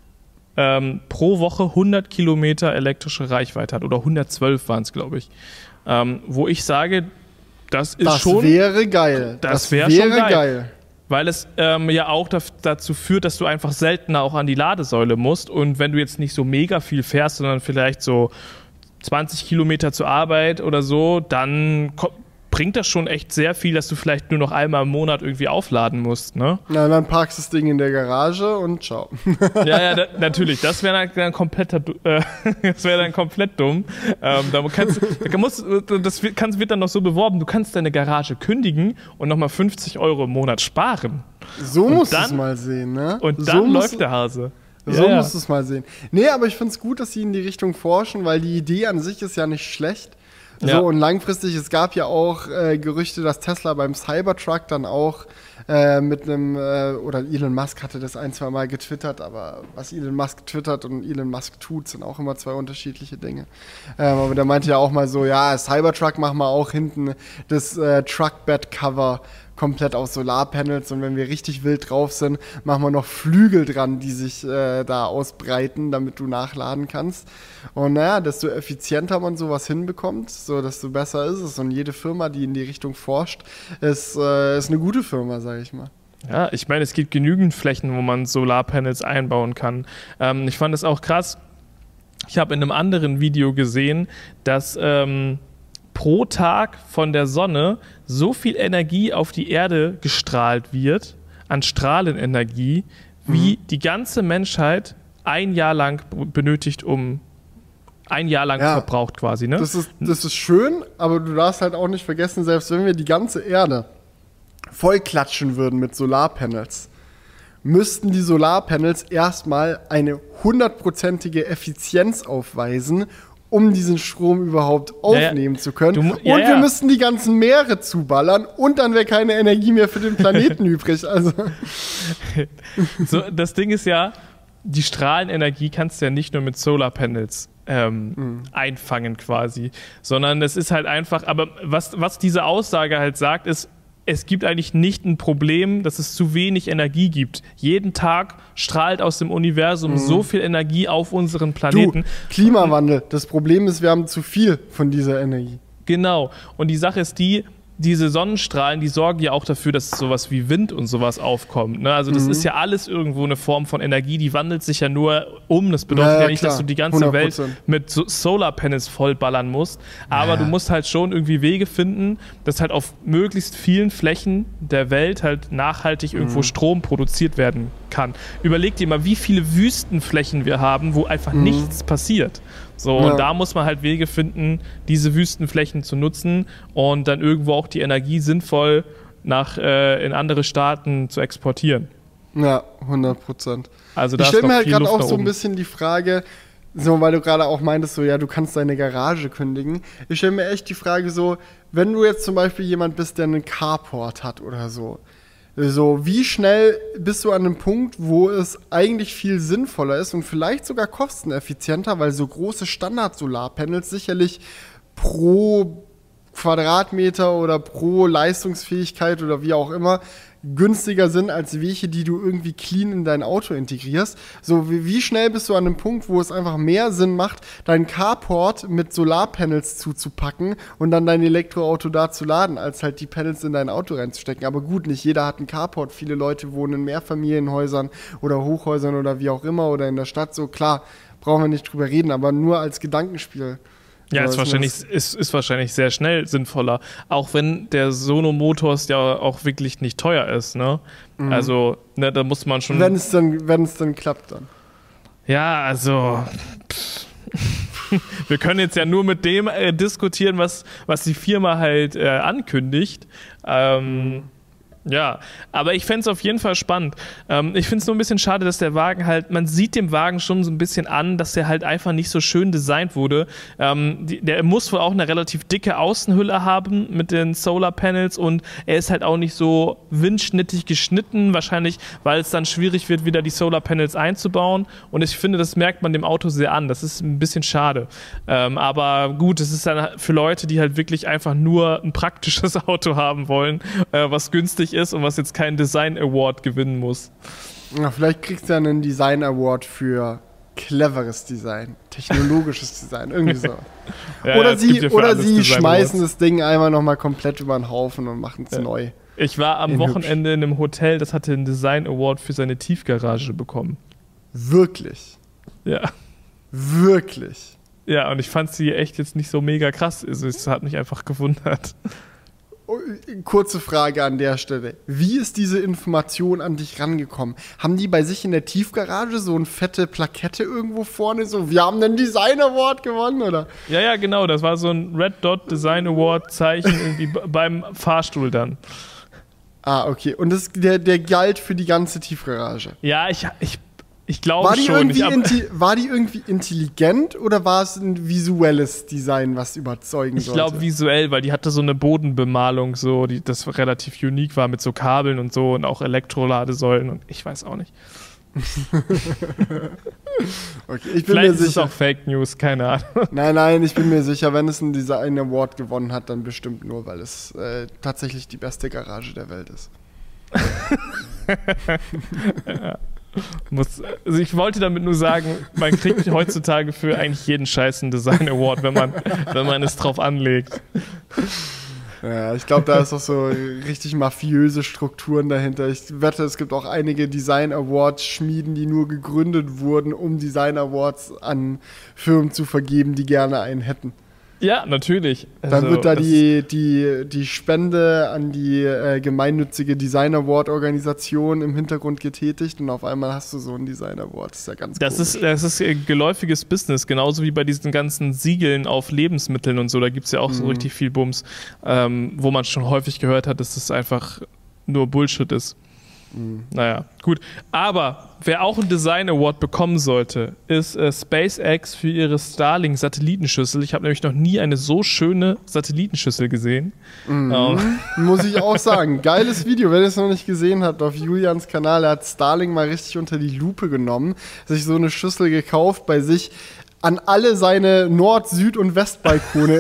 ähm, pro Woche hundert Kilometer elektrische Reichweite hat. Oder hundertzwölf waren es, glaube ich. Ähm, wo ich sage, das ist das schon... Das wäre geil. Das, das wär wäre schon geil. geil. Weil es ähm, ja auch daf- dazu führt, dass du einfach seltener auch an die Ladesäule musst. Und wenn du jetzt nicht so mega viel fährst, sondern vielleicht so zwanzig Kilometer zur Arbeit oder so, dann ko- bringt das schon echt sehr viel, dass du vielleicht nur noch einmal im Monat irgendwie aufladen musst, ne? Na, dann parkst du das Ding in der Garage und ciao. Ja, ja, da, natürlich. Das wäre dann, dann kompletter, äh, das wäre dann komplett dumm. Ähm, da kannst, da musst, das wird, kannst, wird dann noch so beworben, du kannst deine Garage kündigen und nochmal fünfzig Euro im Monat sparen. So und musst du dann, es mal sehen, ne? Und so dann musst, läuft der Hase. So ja, musst du es mal sehen. Nee, aber ich finde es gut, dass sie in die Richtung forschen, weil die Idee an sich ist ja nicht schlecht. So, ja. Und langfristig, es gab ja auch äh, Gerüchte, dass Tesla beim Cybertruck dann auch äh, mit einem, äh, oder Elon Musk hatte das ein, zwei Mal getwittert, aber was Elon Musk twittert und Elon Musk tut, sind auch immer zwei unterschiedliche Dinge. Ähm, aber der meinte ja auch mal so, ja, Cybertruck, machen wir auch hinten das äh, Truckbed-Cover komplett aus Solarpanels und wenn wir richtig wild drauf sind, machen wir noch Flügel dran, die sich äh, da ausbreiten, damit du nachladen kannst. Und naja, desto effizienter man sowas hinbekommt, so desto besser ist es. Und jede Firma, die in die Richtung forscht, ist, äh, ist eine gute Firma, sage ich mal. Ja, ich meine, es gibt genügend Flächen, wo man Solarpanels einbauen kann. Ähm, ich fand es auch krass. Ich habe in einem anderen Video gesehen, dass ähm, pro Tag von der Sonne so viel Energie auf die Erde gestrahlt wird, an Strahlenenergie, wie mhm. die ganze Menschheit ein Jahr lang benötigt, um ein Jahr lang ja, verbraucht quasi. Ne? Das ist, das ist schön, aber du darfst halt auch nicht vergessen, selbst wenn wir die ganze Erde voll klatschen würden mit Solarpanels, müssten die Solarpanels erstmal eine hundertprozentige Effizienz aufweisen, um diesen Strom überhaupt aufnehmen ja, zu können. Du, ja, und wir ja. müssten die ganzen Meere zuballern und dann wäre keine Energie mehr für den Planeten übrig. Also. So, das Ding ist ja, die Strahlenenergie kannst du ja nicht nur mit Solarpanels ähm, mhm. einfangen quasi, sondern es ist halt einfach, aber was, was diese Aussage halt sagt, ist, es gibt eigentlich nicht ein Problem, dass es zu wenig Energie gibt. Jeden Tag strahlt aus dem Universum mhm. so viel Energie auf unseren Planeten. Du, Klimawandel. Das Problem ist, wir haben zu viel von dieser Energie. Genau. Und die Sache ist die, diese Sonnenstrahlen, die sorgen ja auch dafür, dass sowas wie Wind und sowas aufkommt. Ne? Also das mhm. ist ja alles irgendwo eine Form von Energie, die wandelt sich ja nur um. Das bedeutet ja, ja nicht, klar. dass du die ganze hundert Prozent Welt mit so Solarpanels vollballern musst. Aber ja. du musst halt schon irgendwie Wege finden, dass halt auf möglichst vielen Flächen der Welt halt nachhaltig mhm. irgendwo Strom produziert werden kann. Überleg dir mal, wie viele Wüstenflächen wir haben, wo einfach mhm. nichts passiert. So, ja. und da muss man halt Wege finden, diese Wüstenflächen zu nutzen und dann irgendwo auch die Energie sinnvoll nach, äh, in andere Staaten zu exportieren. Ja, hundert Prozent. Also da ich stelle mir halt gerade auch so oben. ein bisschen die Frage, so, weil du gerade auch meintest, so, ja, du kannst deine Garage kündigen. Ich stelle mir echt die Frage so, wenn du jetzt zum Beispiel jemand bist, der einen Carport hat oder so, so, wie schnell bist du an einem Punkt, wo es eigentlich viel sinnvoller ist und vielleicht sogar kosteneffizienter, weil so große Standard-Solarpanels sicherlich pro Quadratmeter oder pro Leistungsfähigkeit oder wie auch immer günstiger sind als welche, die du irgendwie clean in dein Auto integrierst. So, wie, wie schnell bist du an einem Punkt, wo es einfach mehr Sinn macht, deinen Carport mit Solarpanels zuzupacken und dann dein Elektroauto da zu laden, als halt die Panels in dein Auto reinzustecken. Aber gut, nicht jeder hat einen Carport. Viele Leute wohnen in Mehrfamilienhäusern oder Hochhäusern oder wie auch immer oder in der Stadt. So, klar, brauchen wir nicht drüber reden, aber nur als Gedankenspiel. Ja, ist wahrscheinlich, ist, ist wahrscheinlich sehr schnell sinnvoller. Auch wenn der Sono Motors ja auch wirklich nicht teuer ist, ne? Mhm. Also, ne, da muss man schon. Wenn es dann, wenn es dann klappt, dann. Ja, also. Wir können jetzt ja nur mit dem äh, diskutieren, was, was die Firma halt äh, ankündigt. Ähm. Mhm. Ja, aber ich fände es auf jeden Fall spannend. Ähm, ich finde es nur ein bisschen schade, dass der Wagen halt, man sieht dem Wagen schon so ein bisschen an, dass der halt einfach nicht so schön designt wurde. Ähm, die, der muss wohl auch eine relativ dicke Außenhülle haben mit den Solarpanels und er ist halt auch nicht so windschnittig geschnitten, wahrscheinlich, weil es dann schwierig wird, wieder die Solarpanels einzubauen. Und ich finde, das merkt man dem Auto sehr an. Das ist ein bisschen schade. Ähm, aber gut, es ist dann für Leute, die halt wirklich einfach nur ein praktisches Auto haben wollen, äh, was günstig ist und was jetzt keinen Design Award gewinnen muss. Ja, vielleicht kriegst du ja einen Design Award für cleveres Design, technologisches Design, irgendwie so. ja, oder ja, sie, ja oder sie schmeißen Awards. Das Ding einmal nochmal komplett über den Haufen und machen es ja. neu. Ich war am in Wochenende hübsch. in einem Hotel, das hatte einen Design Award für seine Tiefgarage bekommen. Wirklich? Ja. Wirklich? Ja, und ich fand sie echt jetzt nicht so mega krass. Also es hat mich einfach gewundert. Kurze Frage an der Stelle. Wie ist diese Information an dich rangekommen? Haben die bei sich in der Tiefgarage so eine fette Plakette irgendwo vorne? So, wir haben einen Design Award gewonnen, oder? Ja, ja, genau. Das war so ein Red Dot Design Award Zeichen irgendwie beim Fahrstuhl dann. Ah, okay. Und das, der, der galt für die ganze Tiefgarage? Ja, ich, ich Ich glaube war die schon. Irgendwie ich inti- war die irgendwie intelligent oder war es ein visuelles Design, was überzeugen ich sollte? Ich glaube visuell, weil die hatte so eine Bodenbemalung, so, die, das relativ unique war mit so Kabeln und so und auch Elektroladesäulen und ich weiß auch nicht. Okay, ich bin Vielleicht mir ist es sicher. auch Fake News, keine Ahnung. Nein, nein, ich bin mir sicher, wenn es einen Design Award gewonnen hat, dann bestimmt nur, weil es äh, tatsächlich die beste Garage der Welt ist. Ja. Muss, also ich wollte damit nur sagen, man kriegt heutzutage für eigentlich jeden Scheiß einen Design Award, wenn man, wenn man es drauf anlegt. Ja, ich glaube, da ist auch so richtig mafiöse Strukturen dahinter. Ich wette, es gibt auch einige Design Awards Schmieden, die nur gegründet wurden, um Design Awards an Firmen zu vergeben, die gerne einen hätten. Ja, natürlich. Dann also, wird da die, die, die Spende an die äh, gemeinnützige Design Award Organisation im Hintergrund getätigt und auf einmal hast du so einen Design Award. Das ist ja ganz das komisch. Ist, das ist geläufiges Business, genauso wie bei diesen ganzen Siegeln auf Lebensmitteln und so. Da gibt es ja auch mhm. so richtig viel Bums, ähm, wo man schon häufig gehört hat, dass das einfach nur Bullshit ist. Mhm. Naja, gut. Aber wer auch einen Design Award bekommen sollte, ist äh, SpaceX für ihre Starlink-Satellitenschüssel. Ich habe nämlich noch nie eine so schöne Satellitenschüssel gesehen. Mhm. Ähm. Muss ich auch sagen. Geiles Video, wer das noch nicht gesehen hat, auf Julians Kanal. Er hat Starlink mal richtig unter die Lupe genommen, sich so eine Schüssel gekauft, bei sich an alle seine Nord-, Süd- und Westbalkone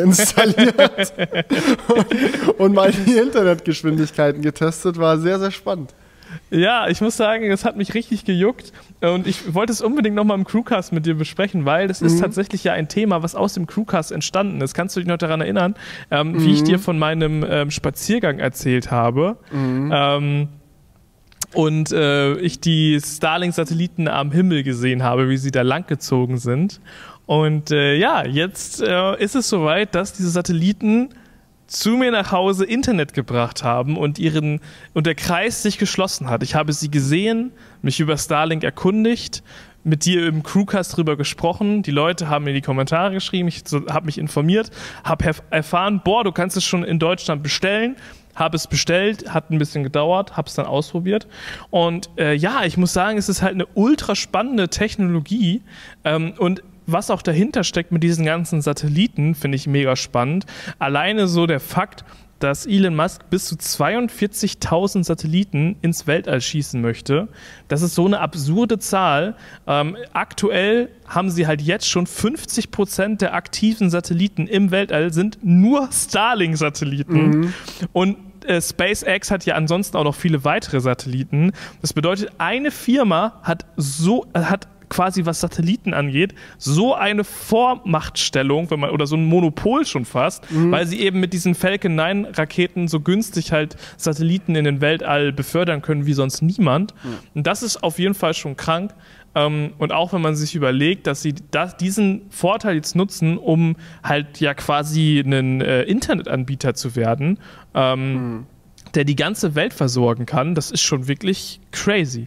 installiert und, und mal die Internetgeschwindigkeiten getestet. War sehr, sehr spannend. Ja, ich muss sagen, das hat mich richtig gejuckt und ich wollte es unbedingt nochmal im Crewcast mit dir besprechen, weil das ist mhm. tatsächlich ja ein Thema, was aus dem Crewcast entstanden ist. Kannst du dich noch daran erinnern, ähm, mhm. wie ich dir von meinem ähm, Spaziergang erzählt habe? Mhm. Ähm, und äh, ich die Starlink-Satelliten am Himmel gesehen habe, wie sie da langgezogen sind. Und äh, ja, jetzt äh, ist es soweit, dass diese Satelliten zu mir nach Hause Internet gebracht haben und ihren und der Kreis sich geschlossen hat. Ich habe sie gesehen, mich über Starlink erkundigt, mit dir im Crewcast drüber gesprochen. Die Leute haben mir die Kommentare geschrieben, ich so, habe mich informiert, habe erfahren, boah, du kannst es schon in Deutschland bestellen. Habe es bestellt, hat ein bisschen gedauert, habe es dann ausprobiert. Und äh, ja, ich muss sagen, es ist halt eine ultra spannende Technologie. Ähm, und was auch dahinter steckt mit diesen ganzen Satelliten, finde ich mega spannend. Alleine so der Fakt, dass Elon Musk bis zu zweiundvierzigtausend Satelliten ins Weltall schießen möchte. Das ist so eine absurde Zahl. Ähm, aktuell haben sie halt jetzt schon fünfzig Prozent der aktiven Satelliten im Weltall sind nur Starlink-Satelliten. Mhm. Und äh, SpaceX hat ja ansonsten auch noch viele weitere Satelliten. Das bedeutet, eine Firma hat so, äh, hat quasi was Satelliten angeht, so eine Vormachtstellung, wenn man, oder so ein Monopol schon fast, mhm. weil sie eben mit diesen Falcon neun Raketen so günstig halt Satelliten in den Weltall befördern können wie sonst niemand. Mhm. Und das ist auf jeden Fall schon krank. Ähm, und auch wenn man sich überlegt, dass sie das, diesen Vorteil jetzt nutzen, um halt ja quasi ein äh, Internetanbieter zu werden, ähm, mhm. der die ganze Welt versorgen kann, das ist schon wirklich crazy.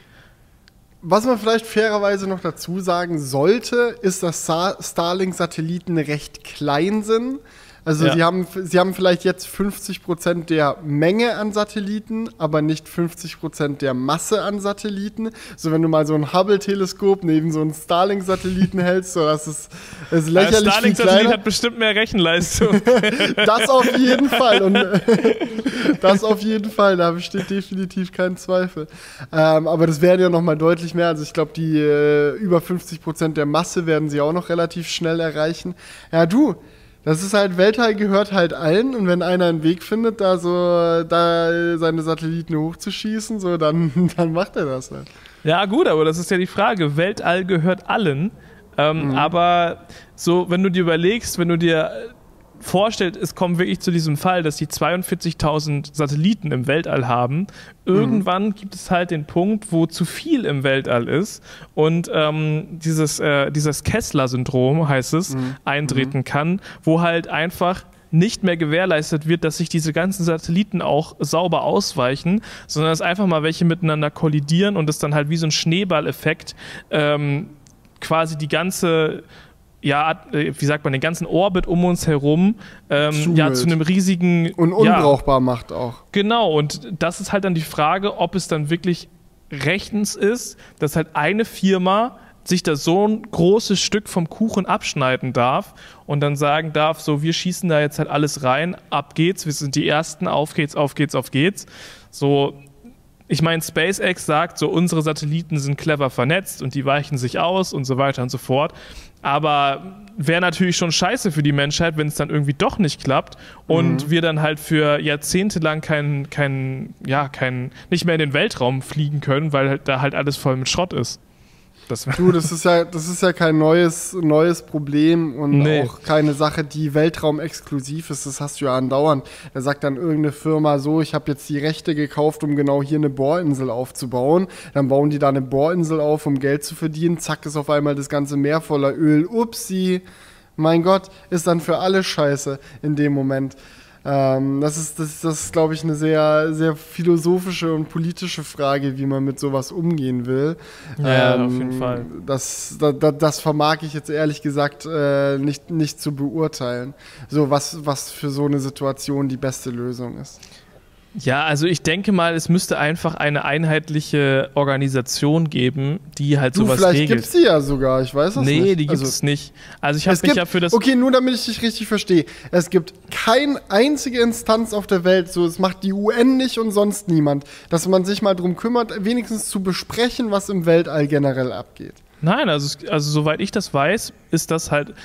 Was man vielleicht fairerweise noch dazu sagen sollte, ist, dass Starlink-Satelliten recht klein sind. Also ja. sie haben, sie haben vielleicht jetzt fünfzig Prozent der Menge an Satelliten, aber nicht fünfzig Prozent der Masse an Satelliten. So, wenn du mal so ein Hubble-Teleskop neben so einen Starlink-Satelliten hältst, so das ist, das ist lächerlich viel kleiner. Starlink-Satellit hat bestimmt mehr Rechenleistung. Das auf jeden Fall. Und das auf jeden Fall, da besteht definitiv kein Zweifel. Ähm, aber das wären ja noch mal deutlich mehr. Also ich glaube, die äh, über fünfzig Prozent der Masse werden sie auch noch relativ schnell erreichen. Ja, du, das ist halt, Weltall gehört halt allen und wenn einer einen Weg findet, da so da seine Satelliten hochzuschießen, so, dann, dann macht er das halt. Ja gut, aber das ist ja die Frage, Weltall gehört allen, ähm, mhm. aber so, wenn du dir überlegst, wenn du dir vorstellt, es kommt wirklich zu diesem Fall, dass die zweiundvierzigtausend Satelliten im Weltall haben. Irgendwann mhm. gibt es halt den Punkt, wo zu viel im Weltall ist und ähm, dieses, äh, dieses Kessler-Syndrom, heißt es, mhm. eintreten kann, wo halt einfach nicht mehr gewährleistet wird, dass sich diese ganzen Satelliten auch sauber ausweichen, sondern dass einfach mal welche miteinander kollidieren und es dann halt wie so ein Schneeballeffekt ähm, quasi die ganze ja, wie sagt man, den ganzen Orbit um uns herum ähm, ja, zu einem riesigen... Und unbrauchbar ja, macht auch. Genau, und das ist halt dann die Frage, ob es dann wirklich rechtens ist, dass halt eine Firma sich da so ein großes Stück vom Kuchen abschneiden darf und dann sagen darf, so, wir schießen da jetzt halt alles rein, ab geht's, wir sind die Ersten, auf geht's, auf geht's, auf geht's. So... Ich meine, SpaceX sagt, so unsere Satelliten sind clever vernetzt und die weichen sich aus und so weiter und so fort. Aber wäre natürlich schon scheiße für die Menschheit, wenn es dann irgendwie doch nicht klappt und mhm. wir dann halt für Jahrzehnte lang kein, kein, ja, kein, nicht mehr in den Weltraum fliegen können, weil halt da halt alles voll mit Schrott ist. Das du, das ist ja, das ist ja kein neues, neues Problem und nee. auch keine Sache, die weltraumexklusiv ist. Das hast du ja andauernd. Da sagt dann irgendeine Firma so, ich habe jetzt die Rechte gekauft, um genau hier eine Bohrinsel aufzubauen. Dann bauen die da eine Bohrinsel auf, um Geld zu verdienen. Zack, ist auf einmal das ganze Meer voller Öl. Upsi, mein Gott, ist dann für alle scheiße in dem Moment. Ähm, das ist, das, das ist, glaube ich, eine sehr, sehr philosophische und politische Frage, wie man mit sowas umgehen will. Ja, ähm, auf jeden Fall. Das, das, das vermag ich jetzt ehrlich gesagt äh, nicht, nicht zu beurteilen. So, was, was für so eine Situation die beste Lösung ist. Ja, also ich denke mal, es müsste einfach eine einheitliche Organisation geben, die halt du, sowas vielleicht regelt. Vielleicht gibt es die ja sogar, ich weiß es nee, nicht. Nee, die gibt es also, nicht. Also ich habe mich gibt, ja für das... Okay, nur damit ich dich richtig verstehe. Es gibt keine einzige Instanz auf der Welt, so es macht die U N nicht und sonst niemand, dass man sich mal drum kümmert, wenigstens zu besprechen, was im Weltall generell abgeht. Nein, also, also soweit ich das weiß, ist das halt...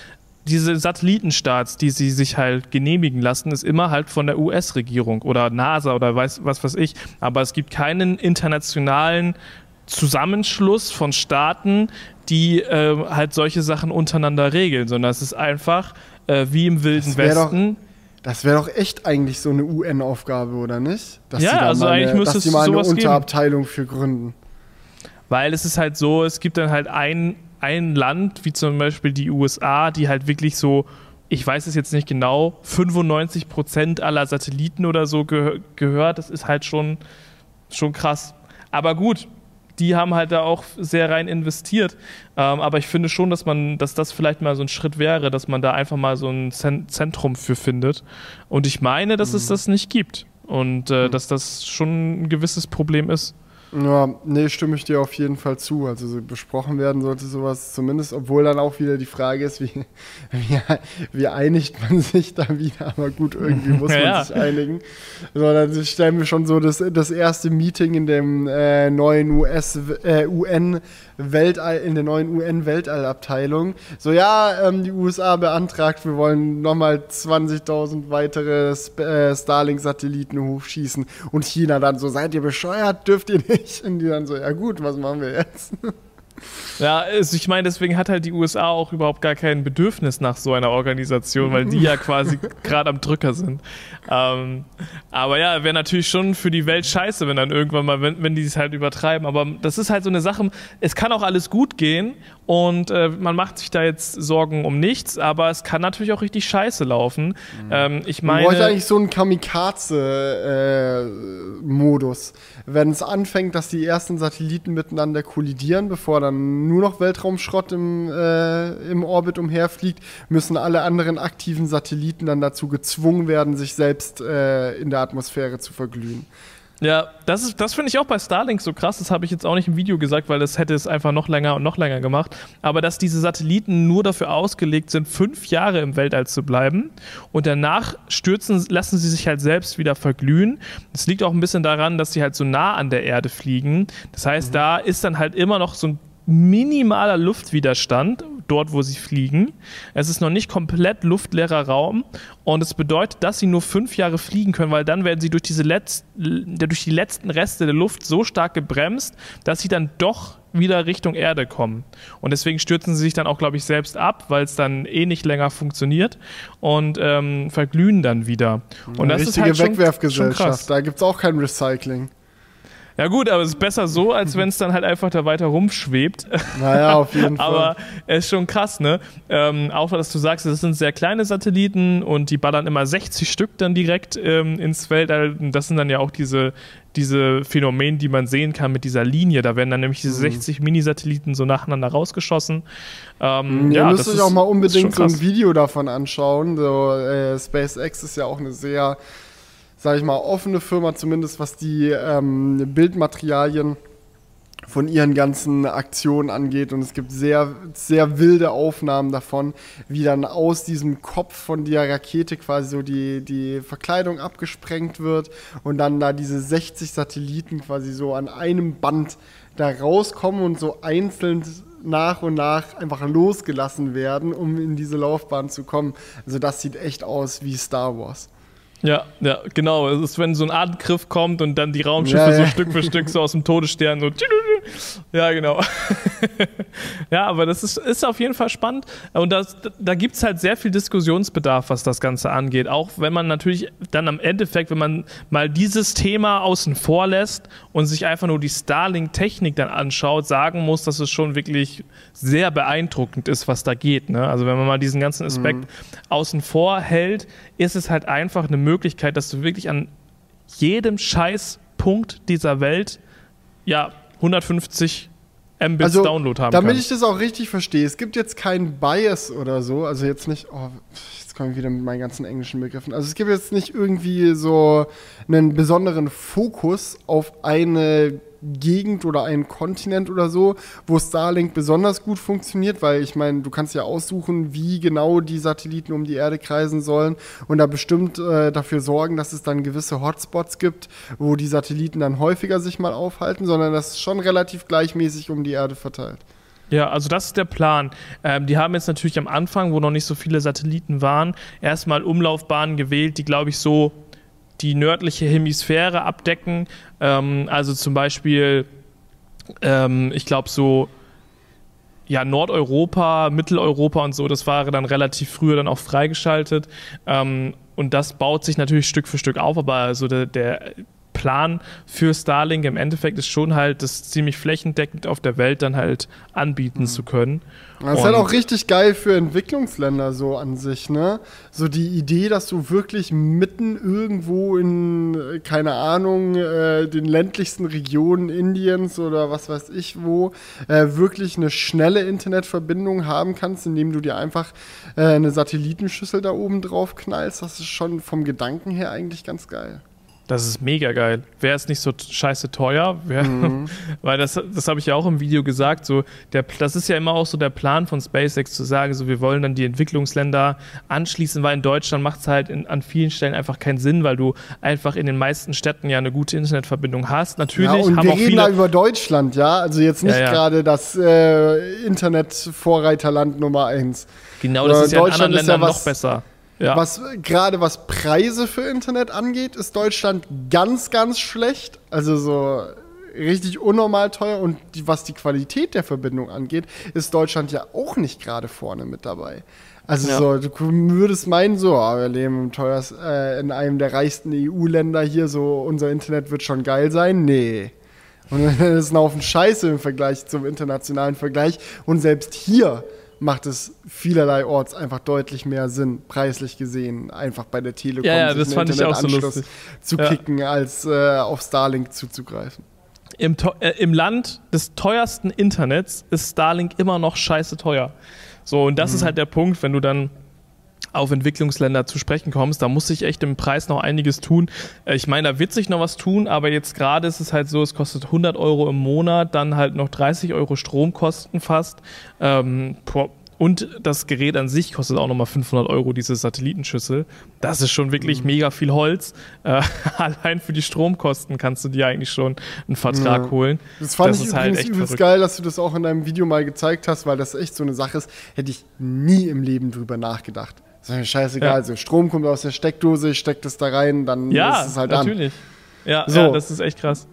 diese Satellitenstarts, die sie sich halt genehmigen lassen, ist immer halt von der U S-Regierung oder NASA oder weiß, was weiß ich. Aber es gibt keinen internationalen Zusammenschluss von Staaten, die äh, halt solche Sachen untereinander regeln, sondern es ist einfach äh, wie im Wilden Das wär Westen. Doch, das wäre doch echt eigentlich so eine U N-Aufgabe, oder nicht? Dass Ja, die da also mal eigentlich eine, müsste dass die es mal eine sowas geben. Unterabteilung für gründen. Weil es ist halt so, es gibt dann halt ein, ein Land, wie zum Beispiel die U S A, die halt wirklich so, ich weiß es jetzt nicht genau, fünfundneunzig Prozent aller Satelliten oder so geh- gehört. Das ist halt schon, schon krass. Aber gut, die haben halt da auch sehr rein investiert. Ähm, aber ich finde schon, dass man, dass das vielleicht mal so ein Schritt wäre, dass man da einfach mal so ein Zen- Zentrum für findet. Und ich meine, dass mhm. es das nicht gibt. Und äh, mhm. dass das schon ein gewisses Problem ist. Ja, nee, stimme ich dir auf jeden Fall zu. Also so besprochen werden sollte sowas zumindest, obwohl dann auch wieder die Frage ist, wie, wie, wie einigt man sich da wieder? Aber gut, irgendwie muss man ja. sich einigen. So, dann stellen wir schon so das, das erste Meeting in dem äh, neuen U S, äh, U N Weltall, in der neuen U N-Weltallabteilung. So, ja, ähm, die U S A beantragt, wir wollen nochmal zwanzigtausend weitere Sp- äh, Starlink-Satelliten hochschießen. Und China dann so, seid ihr bescheuert, dürft ihr nicht? Und die dann so, ja gut, was machen wir jetzt? Ja, also ich meine, deswegen hat halt die U S A auch überhaupt gar kein Bedürfnis nach so einer Organisation, weil die ja quasi gerade am Drücker sind. Ähm, aber ja, wäre natürlich schon für die Welt scheiße, wenn dann irgendwann mal, wenn, wenn die es halt übertreiben. Aber das ist halt so eine Sache, es kann auch alles gut gehen und äh, man macht sich da jetzt Sorgen um nichts, aber es kann natürlich auch richtig scheiße laufen. Mhm. Ähm, ich meine, man bräuchte eigentlich so einen Kamikaze-Modus. Äh, wenn es anfängt, dass die ersten Satelliten miteinander kollidieren, bevor dann nur noch Weltraumschrott im, äh, im Orbit umherfliegt, müssen alle anderen aktiven Satelliten dann dazu gezwungen werden, sich selbst äh, in der Atmosphäre zu verglühen. Ja, das ist, das finde ich auch bei Starlink so krass, das habe ich jetzt auch nicht im Video gesagt, weil das hätte es einfach noch länger und noch länger gemacht, aber dass diese Satelliten nur dafür ausgelegt sind, fünf Jahre im Weltall zu bleiben und danach stürzen, lassen sie sich halt selbst wieder verglühen. Das liegt auch ein bisschen daran, dass sie halt so nah an der Erde fliegen. Das heißt, mhm. da ist dann halt immer noch so ein minimaler Luftwiderstand dort, wo sie fliegen. Es ist noch nicht komplett luftleerer Raum und es bedeutet, dass sie nur fünf Jahre fliegen können, weil dann werden sie durch diese Letz- durch die letzten Reste der Luft so stark gebremst, dass sie dann doch wieder Richtung Erde kommen. Und deswegen stürzen sie sich dann auch, glaube ich, selbst ab, weil es dann eh nicht länger funktioniert und ähm, verglühen dann wieder. Und Eine das richtige ist halt Wegwerfgesellschaft. schon, schon krass. Da gibt es auch kein Recycling. Ja gut, aber es ist besser so, als wenn es dann halt einfach da weiter rumschwebt. Naja, auf jeden Fall. Aber es ist schon krass, ne? Ähm, auch dass du sagst, das sind sehr kleine Satelliten und die ballern immer sechzig Stück dann direkt ähm, ins Weltall. Und das sind dann ja auch diese, diese Phänomene, die man sehen kann mit dieser Linie. Da werden dann nämlich diese mhm. sechzig Minisatelliten so nacheinander rausgeschossen. Ähm, Ihr ja, müsst das euch ist, auch mal unbedingt so ein krass. Video davon anschauen. So, äh, SpaceX ist ja auch eine sehr, sag ich mal, offene Firma, zumindest was die ähm, Bildmaterialien von ihren ganzen Aktionen angeht. Und es gibt sehr, sehr wilde Aufnahmen davon, wie dann aus diesem Kopf von der Rakete quasi so die, die Verkleidung abgesprengt wird und dann da diese sechzig Satelliten quasi so an einem Band da rauskommen und so einzeln nach und nach einfach losgelassen werden, um in diese Laufbahn zu kommen. Also das sieht echt aus wie Star Wars. Ja, ja, genau. Es ist, wenn so ein Angriff kommt und dann die Raumschiffe ja, ja. so Stück für Stück so aus dem Todesstern so. Ja, genau. Ja, aber das ist, ist auf jeden Fall spannend. Und das, da gibt es halt sehr viel Diskussionsbedarf, was das Ganze angeht. Auch wenn man natürlich dann am Endeffekt, wenn man mal dieses Thema außen vor lässt und sich einfach nur die Starlink-Technik dann anschaut, sagen muss, dass es schon wirklich sehr beeindruckend ist, was da geht. Ne? Also wenn man mal diesen ganzen Aspekt mhm. außen vor hält, ist es halt einfach eine Möglichkeit, dass du wirklich an jedem Scheißpunkt dieser Welt ja hundertfünfzig Mbits also, Download haben damit kann. ich das auch richtig verstehe, es gibt jetzt keinen Bias oder so, also jetzt nicht, oh, jetzt komme ich wieder mit meinen ganzen englischen Begriffen, also es gibt jetzt nicht irgendwie so einen besonderen Fokus auf eine Gegend oder einen Kontinent oder so, wo Starlink besonders gut funktioniert, weil ich meine, du kannst ja aussuchen, wie genau die Satelliten um die Erde kreisen sollen und da bestimmt äh, dafür sorgen, dass es dann gewisse Hotspots gibt, wo die Satelliten dann häufiger sich mal aufhalten, sondern das ist schon relativ gleichmäßig um die Erde verteilt. Ja, also das ist der Plan. Ähm, die haben jetzt natürlich am Anfang, wo noch nicht so viele Satelliten waren, erstmal Umlaufbahnen gewählt, die, glaube ich, so die nördliche Hemisphäre abdecken. Ähm, also zum Beispiel, ähm, ich glaube so, ja, Nordeuropa, Mitteleuropa und so, das war dann relativ früh dann auch freigeschaltet. Ähm, und das baut sich natürlich Stück für Stück auf, aber also der, der Plan für Starlink im Endeffekt ist schon halt, das ziemlich flächendeckend auf der Welt dann halt anbieten mhm. zu können. Das ist halt auch richtig geil für Entwicklungsländer so an sich, ne? So die Idee, dass du wirklich mitten irgendwo in, keine Ahnung, äh, den ländlichsten Regionen Indiens oder was weiß ich wo, äh, wirklich eine schnelle Internetverbindung haben kannst, indem du dir einfach äh, eine Satellitenschüssel da oben drauf knallst. Das ist schon vom Gedanken her eigentlich ganz geil. Das ist mega geil. Wäre es nicht so t- scheiße teuer, wär, mhm. weil das, das habe ich ja auch im Video gesagt, so der, das ist ja immer auch so der Plan von SpaceX zu sagen, so wir wollen dann die Entwicklungsländer anschließen, weil in Deutschland macht es halt in, an vielen Stellen einfach keinen Sinn, weil du einfach in den meisten Städten ja eine gute Internetverbindung hast. Natürlich ja, und haben wir auch reden viele da über Deutschland, ja, also jetzt nicht ja, ja. gerade das äh, Internet-Vorreiterland Nummer eins. Genau, das äh, ist ja in anderen Ländern ja was, noch besser. Ja. Was gerade was Preise für Internet angeht, ist Deutschland ganz, ganz schlecht. Also so richtig unnormal teuer. Und die, was die Qualität der Verbindung angeht, ist Deutschland ja auch nicht gerade vorne mit dabei. Also ja. so, du würdest meinen, so, oh, wir leben im teuerst, äh, in einem der reichsten E U-Länder hier, so unser Internet wird schon geil sein. Nee. Und das ist ein Haufen Scheiße im Vergleich zum internationalen Vergleich. Und selbst hier macht es vielerlei Orts einfach deutlich mehr Sinn, preislich gesehen, einfach bei der Telekom ja, ja, das fand ich auch so lustig. zu kicken, ja. als äh, auf Starlink zuzugreifen. Im, äh, Im Land des teuersten Internets ist Starlink immer noch scheiße teuer. So, und das mhm. ist halt der Punkt, wenn du dann auf Entwicklungsländer zu sprechen kommst, da muss sich echt im Preis noch einiges tun. Ich meine, da wird sich noch was tun, aber jetzt gerade ist es halt so, es kostet hundert Euro im Monat, dann halt noch dreißig Euro Stromkosten fast. Ähm, und das Gerät an sich kostet auch nochmal fünfhundert Euro, diese Satellitenschüssel. Das ist schon wirklich mhm. mega viel Holz. Äh, allein für die Stromkosten kannst du dir eigentlich schon einen Vertrag ja. holen. Das fand das ich ist übrigens halt echt übelst verrückt. geil, dass du das auch in deinem Video mal gezeigt hast, weil das echt so eine Sache ist, hätte ich nie im Leben drüber nachgedacht. Das ist mir scheißegal, ja. also Strom kommt aus der Steckdose, ich steck das da rein, dann ja, ist es halt natürlich. an. Ja, so. ja, das ist echt krass.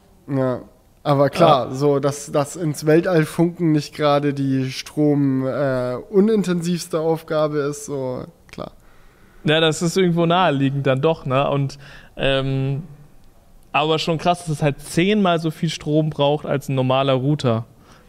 Ja, aber klar, ja. so dass das ins Weltall funken nicht gerade die Strom-unintensivste äh, Aufgabe ist, so klar. Ja, das ist irgendwo naheliegend dann doch, ne? Und ähm, aber schon krass, dass es halt zehnmal so viel Strom braucht als ein normaler Router.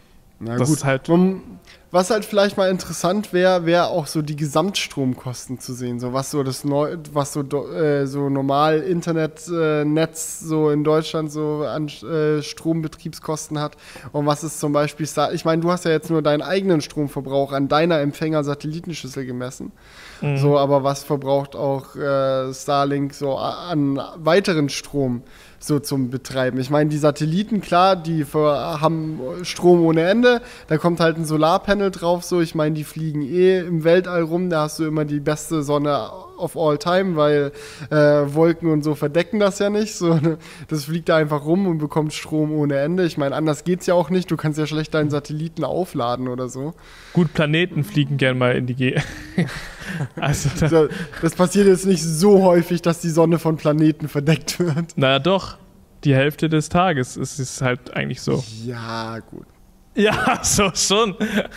Na das gut, ist halt was halt vielleicht mal interessant wäre, wäre auch so die Gesamtstromkosten zu sehen, so was so das neu, was so äh, so normal Internetnetz äh, so in Deutschland so an äh, Strombetriebskosten hat und was ist zum Beispiel, ich meine, du hast ja jetzt nur deinen eigenen Stromverbrauch an deiner Empfänger-Satellitenschüssel gemessen, mhm. so, aber was verbraucht auch äh, Starlink so an weiteren Strom so zum Betreiben. Ich meine, die Satelliten, klar, die für, haben Strom ohne Ende, da kommt halt ein Solarpanel drauf, so, ich meine, die fliegen eh im Weltall rum, da hast du immer die beste Sonne of all time, weil äh, Wolken und so verdecken das ja nicht, so, ne? Das fliegt da einfach rum und bekommt Strom ohne Ende. Ich meine, anders geht's ja auch nicht, du kannst ja schlecht deinen Satelliten aufladen oder so. Gut, Planeten fliegen gern mal in die G. Also, das, das passiert jetzt nicht so häufig, dass die Sonne von Planeten verdeckt wird. Naja, doch. Die Hälfte des Tages ist es halt eigentlich so. Ja, gut. Ja, so schon.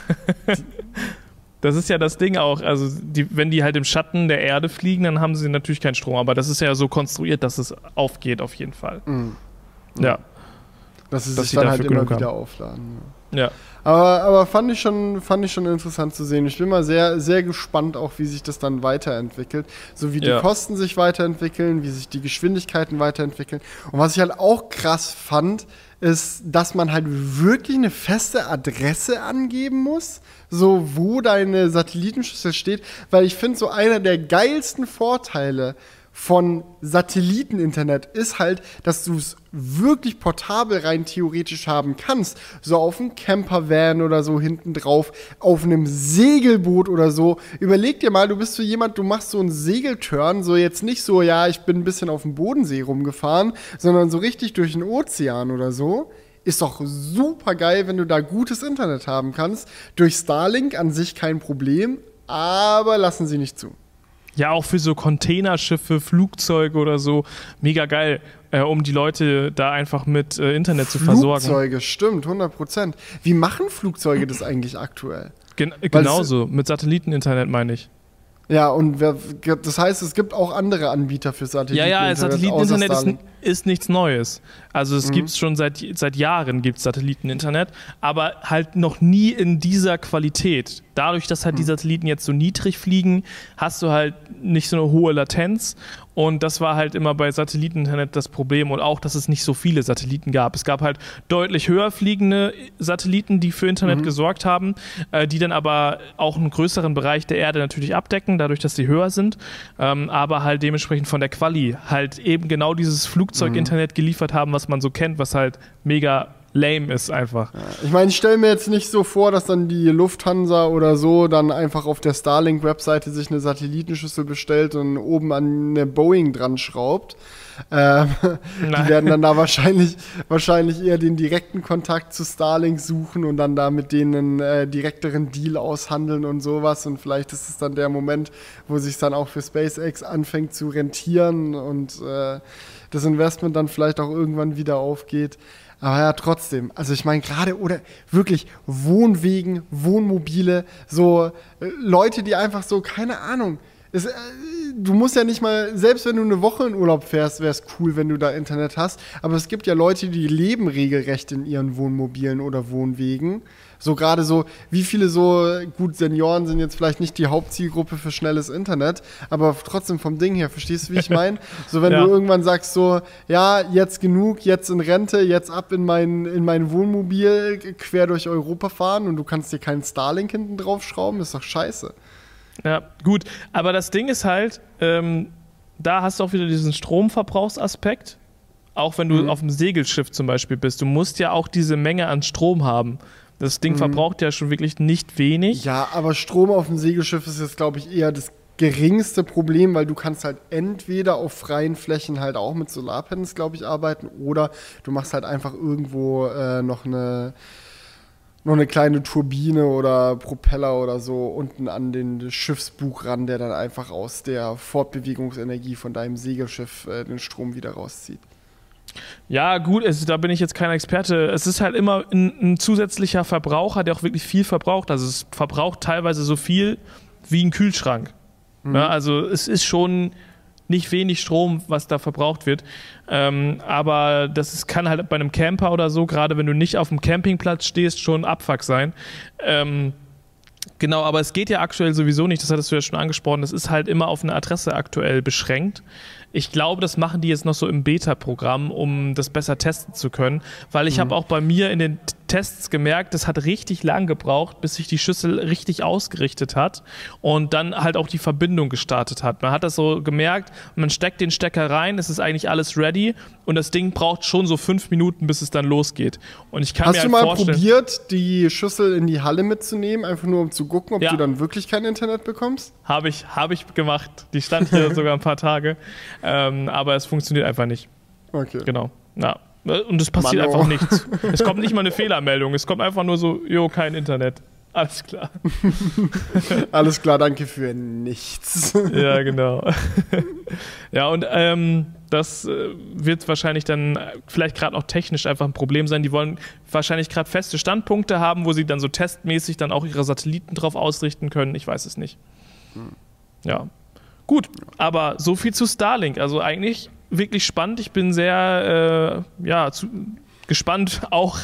Das ist ja das Ding auch. Also, die, wenn die halt im Schatten der Erde fliegen, dann haben sie natürlich keinen Strom. Aber das ist ja so konstruiert, dass es aufgeht, auf jeden Fall. Mhm. Ja. Dass sie dass sich dann halt immer wieder haben. aufladen. Ja. Aber, aber fand ich schon, fand ich schon interessant zu sehen. Ich bin mal sehr, sehr gespannt auch, wie sich das dann weiterentwickelt. So wie die ja. Kosten sich weiterentwickeln, wie sich die Geschwindigkeiten weiterentwickeln. Und was ich halt auch krass fand, ist, dass man halt wirklich eine feste Adresse angeben muss, so wo deine Satellitenschüssel steht. Weil ich finde, so einer der geilsten Vorteile von Satelliteninternet ist halt, dass du es wirklich portabel rein theoretisch haben kannst. So auf einem Campervan oder so hinten drauf, auf einem Segelboot oder so. Überleg dir mal, du bist so jemand, du machst so einen Segelturn, so jetzt nicht so, ja, ich bin ein bisschen auf dem Bodensee rumgefahren, sondern so richtig durch den Ozean oder so. ist doch super geil, wenn du da gutes Internet haben kannst. Durch Starlink an sich kein Problem, aber lassen sie nicht zu. Ja, auch für so Containerschiffe, Flugzeuge oder so, mega geil, äh, um die Leute da einfach mit äh, Internet zu versorgen. Flugzeuge, stimmt, hundert Prozent. Wie machen Flugzeuge das eigentlich aktuell? Gen genauso, mit Satelliteninternet meine ich. Ja, und wer, das heißt, es gibt auch andere Anbieter für Satelliteninternet. Ja, ja, Satelliteninternet ist, ist nichts Neues. Also es Mhm. gibt es schon seit, seit Jahren, gibt es Satelliteninternet, aber halt noch nie in dieser Qualität. Dadurch, dass halt die Satelliten jetzt so niedrig fliegen, hast du halt nicht so eine hohe Latenz. Und das war halt immer bei Satelliteninternet das Problem. Und auch, dass es nicht so viele Satelliten gab. Es gab halt deutlich höher fliegende Satelliten, die für Internet Mhm. gesorgt haben, äh, die dann aber auch einen größeren Bereich der Erde natürlich abdecken, dadurch, dass sie höher sind. Ähm, aber halt dementsprechend von der Quali halt eben genau dieses Flugzeuginternet geliefert haben, was man so kennt, was halt mega lame ist einfach. Ich meine, ich stelle mir jetzt nicht so vor, dass dann die Lufthansa oder so dann einfach auf der Starlink-Webseite sich eine Satellitenschüssel bestellt und oben an eine Boeing dran schraubt. Ähm, die werden dann da wahrscheinlich, wahrscheinlich eher den direkten Kontakt zu Starlink suchen und dann da mit denen einen äh, direkteren Deal aushandeln und sowas. Und vielleicht ist es dann der Moment, wo sich dann auch für SpaceX anfängt zu rentieren und äh, das Investment dann vielleicht auch irgendwann wieder aufgeht. Aber ja, trotzdem, also ich meine gerade, oder wirklich Wohnwegen, Wohnmobile, so äh, Leute, die einfach so, keine Ahnung, es, äh, du musst ja nicht mal, selbst wenn du eine Woche in Urlaub fährst, wäre es cool, wenn du da Internet hast, aber es gibt ja Leute, die leben regelrecht in ihren Wohnmobilen oder Wohnwegen. So gerade so, wie viele so, gut, Senioren sind jetzt vielleicht nicht die Hauptzielgruppe für schnelles Internet, aber trotzdem vom Ding her, verstehst du, wie ich meine? So, wenn Ja. du irgendwann sagst so, ja, jetzt genug, jetzt in Rente, jetzt ab in mein, in mein Wohnmobil, quer durch Europa fahren und du kannst dir keinen Starlink hinten drauf schrauben, ist doch scheiße. Ja, gut. Aber das Ding ist halt, ähm, da hast du auch wieder diesen Stromverbrauchsaspekt. Auch wenn du Mhm. auf dem Segelschiff zum Beispiel bist. Du musst ja auch diese Menge an Strom haben. Das Ding Mhm. verbraucht ja schon wirklich nicht wenig. Ja, aber Strom auf dem Segelschiff ist jetzt, glaube ich, eher das geringste Problem, weil du kannst halt entweder auf freien Flächen halt auch mit Solarpanels, glaube ich, arbeiten oder du machst halt einfach irgendwo äh, noch eine noch eine kleine Turbine oder Propeller oder so unten an den Schiffsbug ran, der dann einfach aus der Fortbewegungsenergie von deinem Segelschiff äh, den Strom wieder rauszieht. Ja, gut, es, da bin ich jetzt kein Experte. Es ist halt immer ein, ein zusätzlicher Verbraucher, der auch wirklich viel verbraucht. Also es verbraucht teilweise so viel wie ein Kühlschrank. Mhm. Ja, also es ist schon nicht wenig Strom, was da verbraucht wird. Ähm, aber das ist, kann halt bei einem Camper oder so, gerade wenn du nicht auf dem Campingplatz stehst, schon Abfuck sein. Ähm, genau, aber es geht ja aktuell sowieso nicht, das hattest du ja schon angesprochen, das ist halt immer auf eine Adresse aktuell beschränkt. Ich glaube, das machen die jetzt noch so im Beta-Programm, um das besser testen zu können, weil ich Mhm. habe auch bei mir in den Tests gemerkt, das hat richtig lang gebraucht, bis sich die Schüssel richtig ausgerichtet hat und dann halt auch die Verbindung gestartet hat. Man hat das so gemerkt, man steckt den Stecker rein, es ist eigentlich alles ready und das Ding braucht schon so fünf Minuten, bis es dann losgeht. Und ich kann Hast mir du halt mal vorstellen, probiert, die Schüssel in die Halle mitzunehmen, einfach nur um zu gucken, ob Ja. du dann wirklich kein Internet bekommst? habe ich, habe ich gemacht. Die stand hier sogar ein paar Tage, ähm, aber es funktioniert einfach nicht. Okay. Genau. Ja. Und es passiert Mann, oh. einfach nichts. Es kommt nicht mal eine Fehlermeldung. Es kommt einfach nur so, jo, kein Internet. Alles klar. Alles klar, danke für nichts. Ja, genau. Ja, und ähm, das äh, wird wahrscheinlich dann äh, vielleicht gerade auch technisch einfach ein Problem sein. Die wollen wahrscheinlich gerade feste Standpunkte haben, wo sie dann so testmäßig dann auch ihre Satelliten drauf ausrichten können. Ich weiß es nicht. Ja. Gut, aber so viel zu Starlink. Also eigentlich wirklich spannend. Ich bin sehr äh, ja, zu, gespannt auch,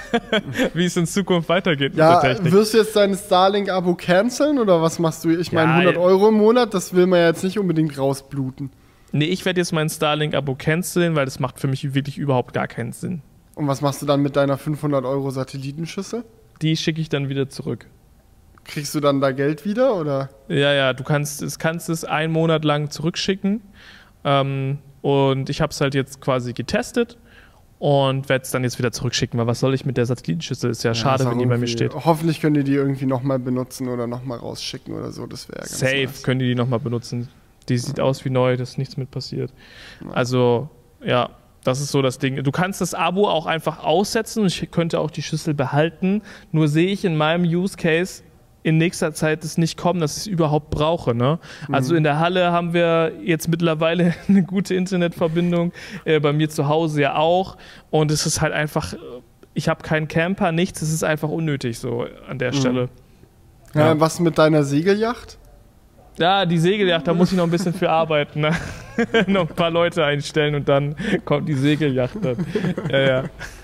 wie es in Zukunft weitergeht Ja, mit der Technik. wirst du jetzt dein Starlink-Abo canceln oder was machst du? Ich meine, Ja, hundert Euro im Monat, das will man ja jetzt nicht unbedingt rausbluten. Nee, ich werde jetzt mein Starlink-Abo canceln, weil das macht für mich wirklich überhaupt gar keinen Sinn. Und was machst du dann mit deiner fünfhundert Euro Satellitenschüssel? Die schicke ich dann wieder zurück. Kriegst du dann da Geld wieder oder? Ja, ja, du kannst es, kannst es einen Monat lang zurückschicken. Ähm, und ich habe es halt jetzt quasi getestet und werde es dann jetzt wieder zurückschicken, weil was soll ich mit der Satellitenschüssel? Ist ja, schade, ist auch wenn die bei mir irgendwie- steht. Hoffentlich können die die irgendwie nochmal benutzen oder nochmal rausschicken oder so. Das wäre ganz Safe nice. können die die nochmal benutzen. Die sieht aus wie neu, da ist nichts mit passiert. Also, ja, Das ist so das Ding. Du kannst das Abo auch einfach aussetzen und ich könnte auch die Schüssel behalten. Nur sehe ich in meinem Use Case in nächster Zeit es nicht kommen, dass ich es überhaupt brauche. Ne? Mhm. Also in der Halle haben wir jetzt mittlerweile eine gute Internetverbindung, äh, bei mir zu Hause ja auch. Und es ist halt einfach, ich habe keinen Camper, nichts, es ist einfach unnötig so an der mhm. Stelle. Ja. Ja, was mit deiner Segelyacht? Ja, die Segelyacht, da muss ich noch ein bisschen für arbeiten. Ne? Noch ein paar Leute einstellen und dann kommt die Segelyacht dann. Ja, ja.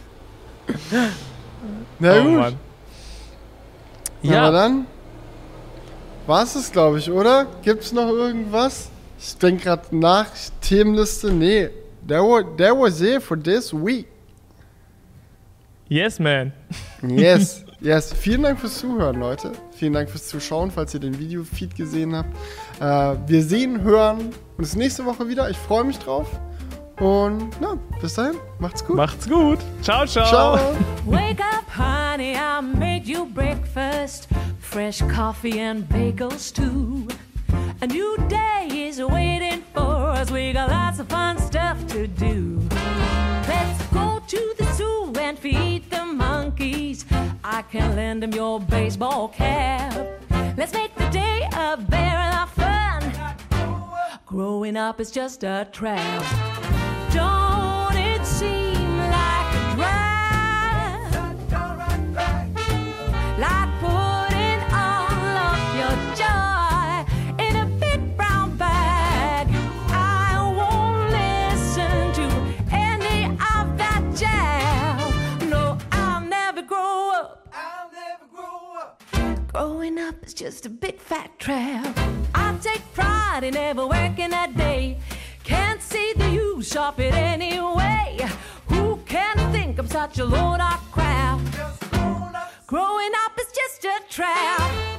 Na oh, gut. Mann. Ja, aber dann war es es, glaube ich, oder? Gibt's noch irgendwas? Ich denke gerade nach, Themenliste, nee. That was, that was it for this week. Yes, man. Yes, yes. Vielen Dank fürs Zuhören, Leute. Vielen Dank fürs Zuschauen, falls ihr den Video-Feed gesehen habt. Äh, wir sehen, hören uns nächste Woche wieder. Ich freue mich drauf. Und na, bis dahin, macht's gut. Macht's gut. Ciao, ciao. Ciao. Wake up, honey, I made you breakfast. Fresh coffee and bagels too. A new day is waiting for us. We got lots of fun stuff to do. Let's go to the zoo and feed the monkeys. I can lend them your baseball cap. Let's make the day a barrel of fun. Growing up is just a trap. Don't it seem like a drag? Like putting all of your joy in a big brown bag. I won't listen to any of that jazz. No, I'll never grow up. I'll never grow up. Growing up is just a big fat trap. I take pride in never working a day. Can't see the use, shop it anyway. Who can think I'm such a load of crap? Growing up is just a trap.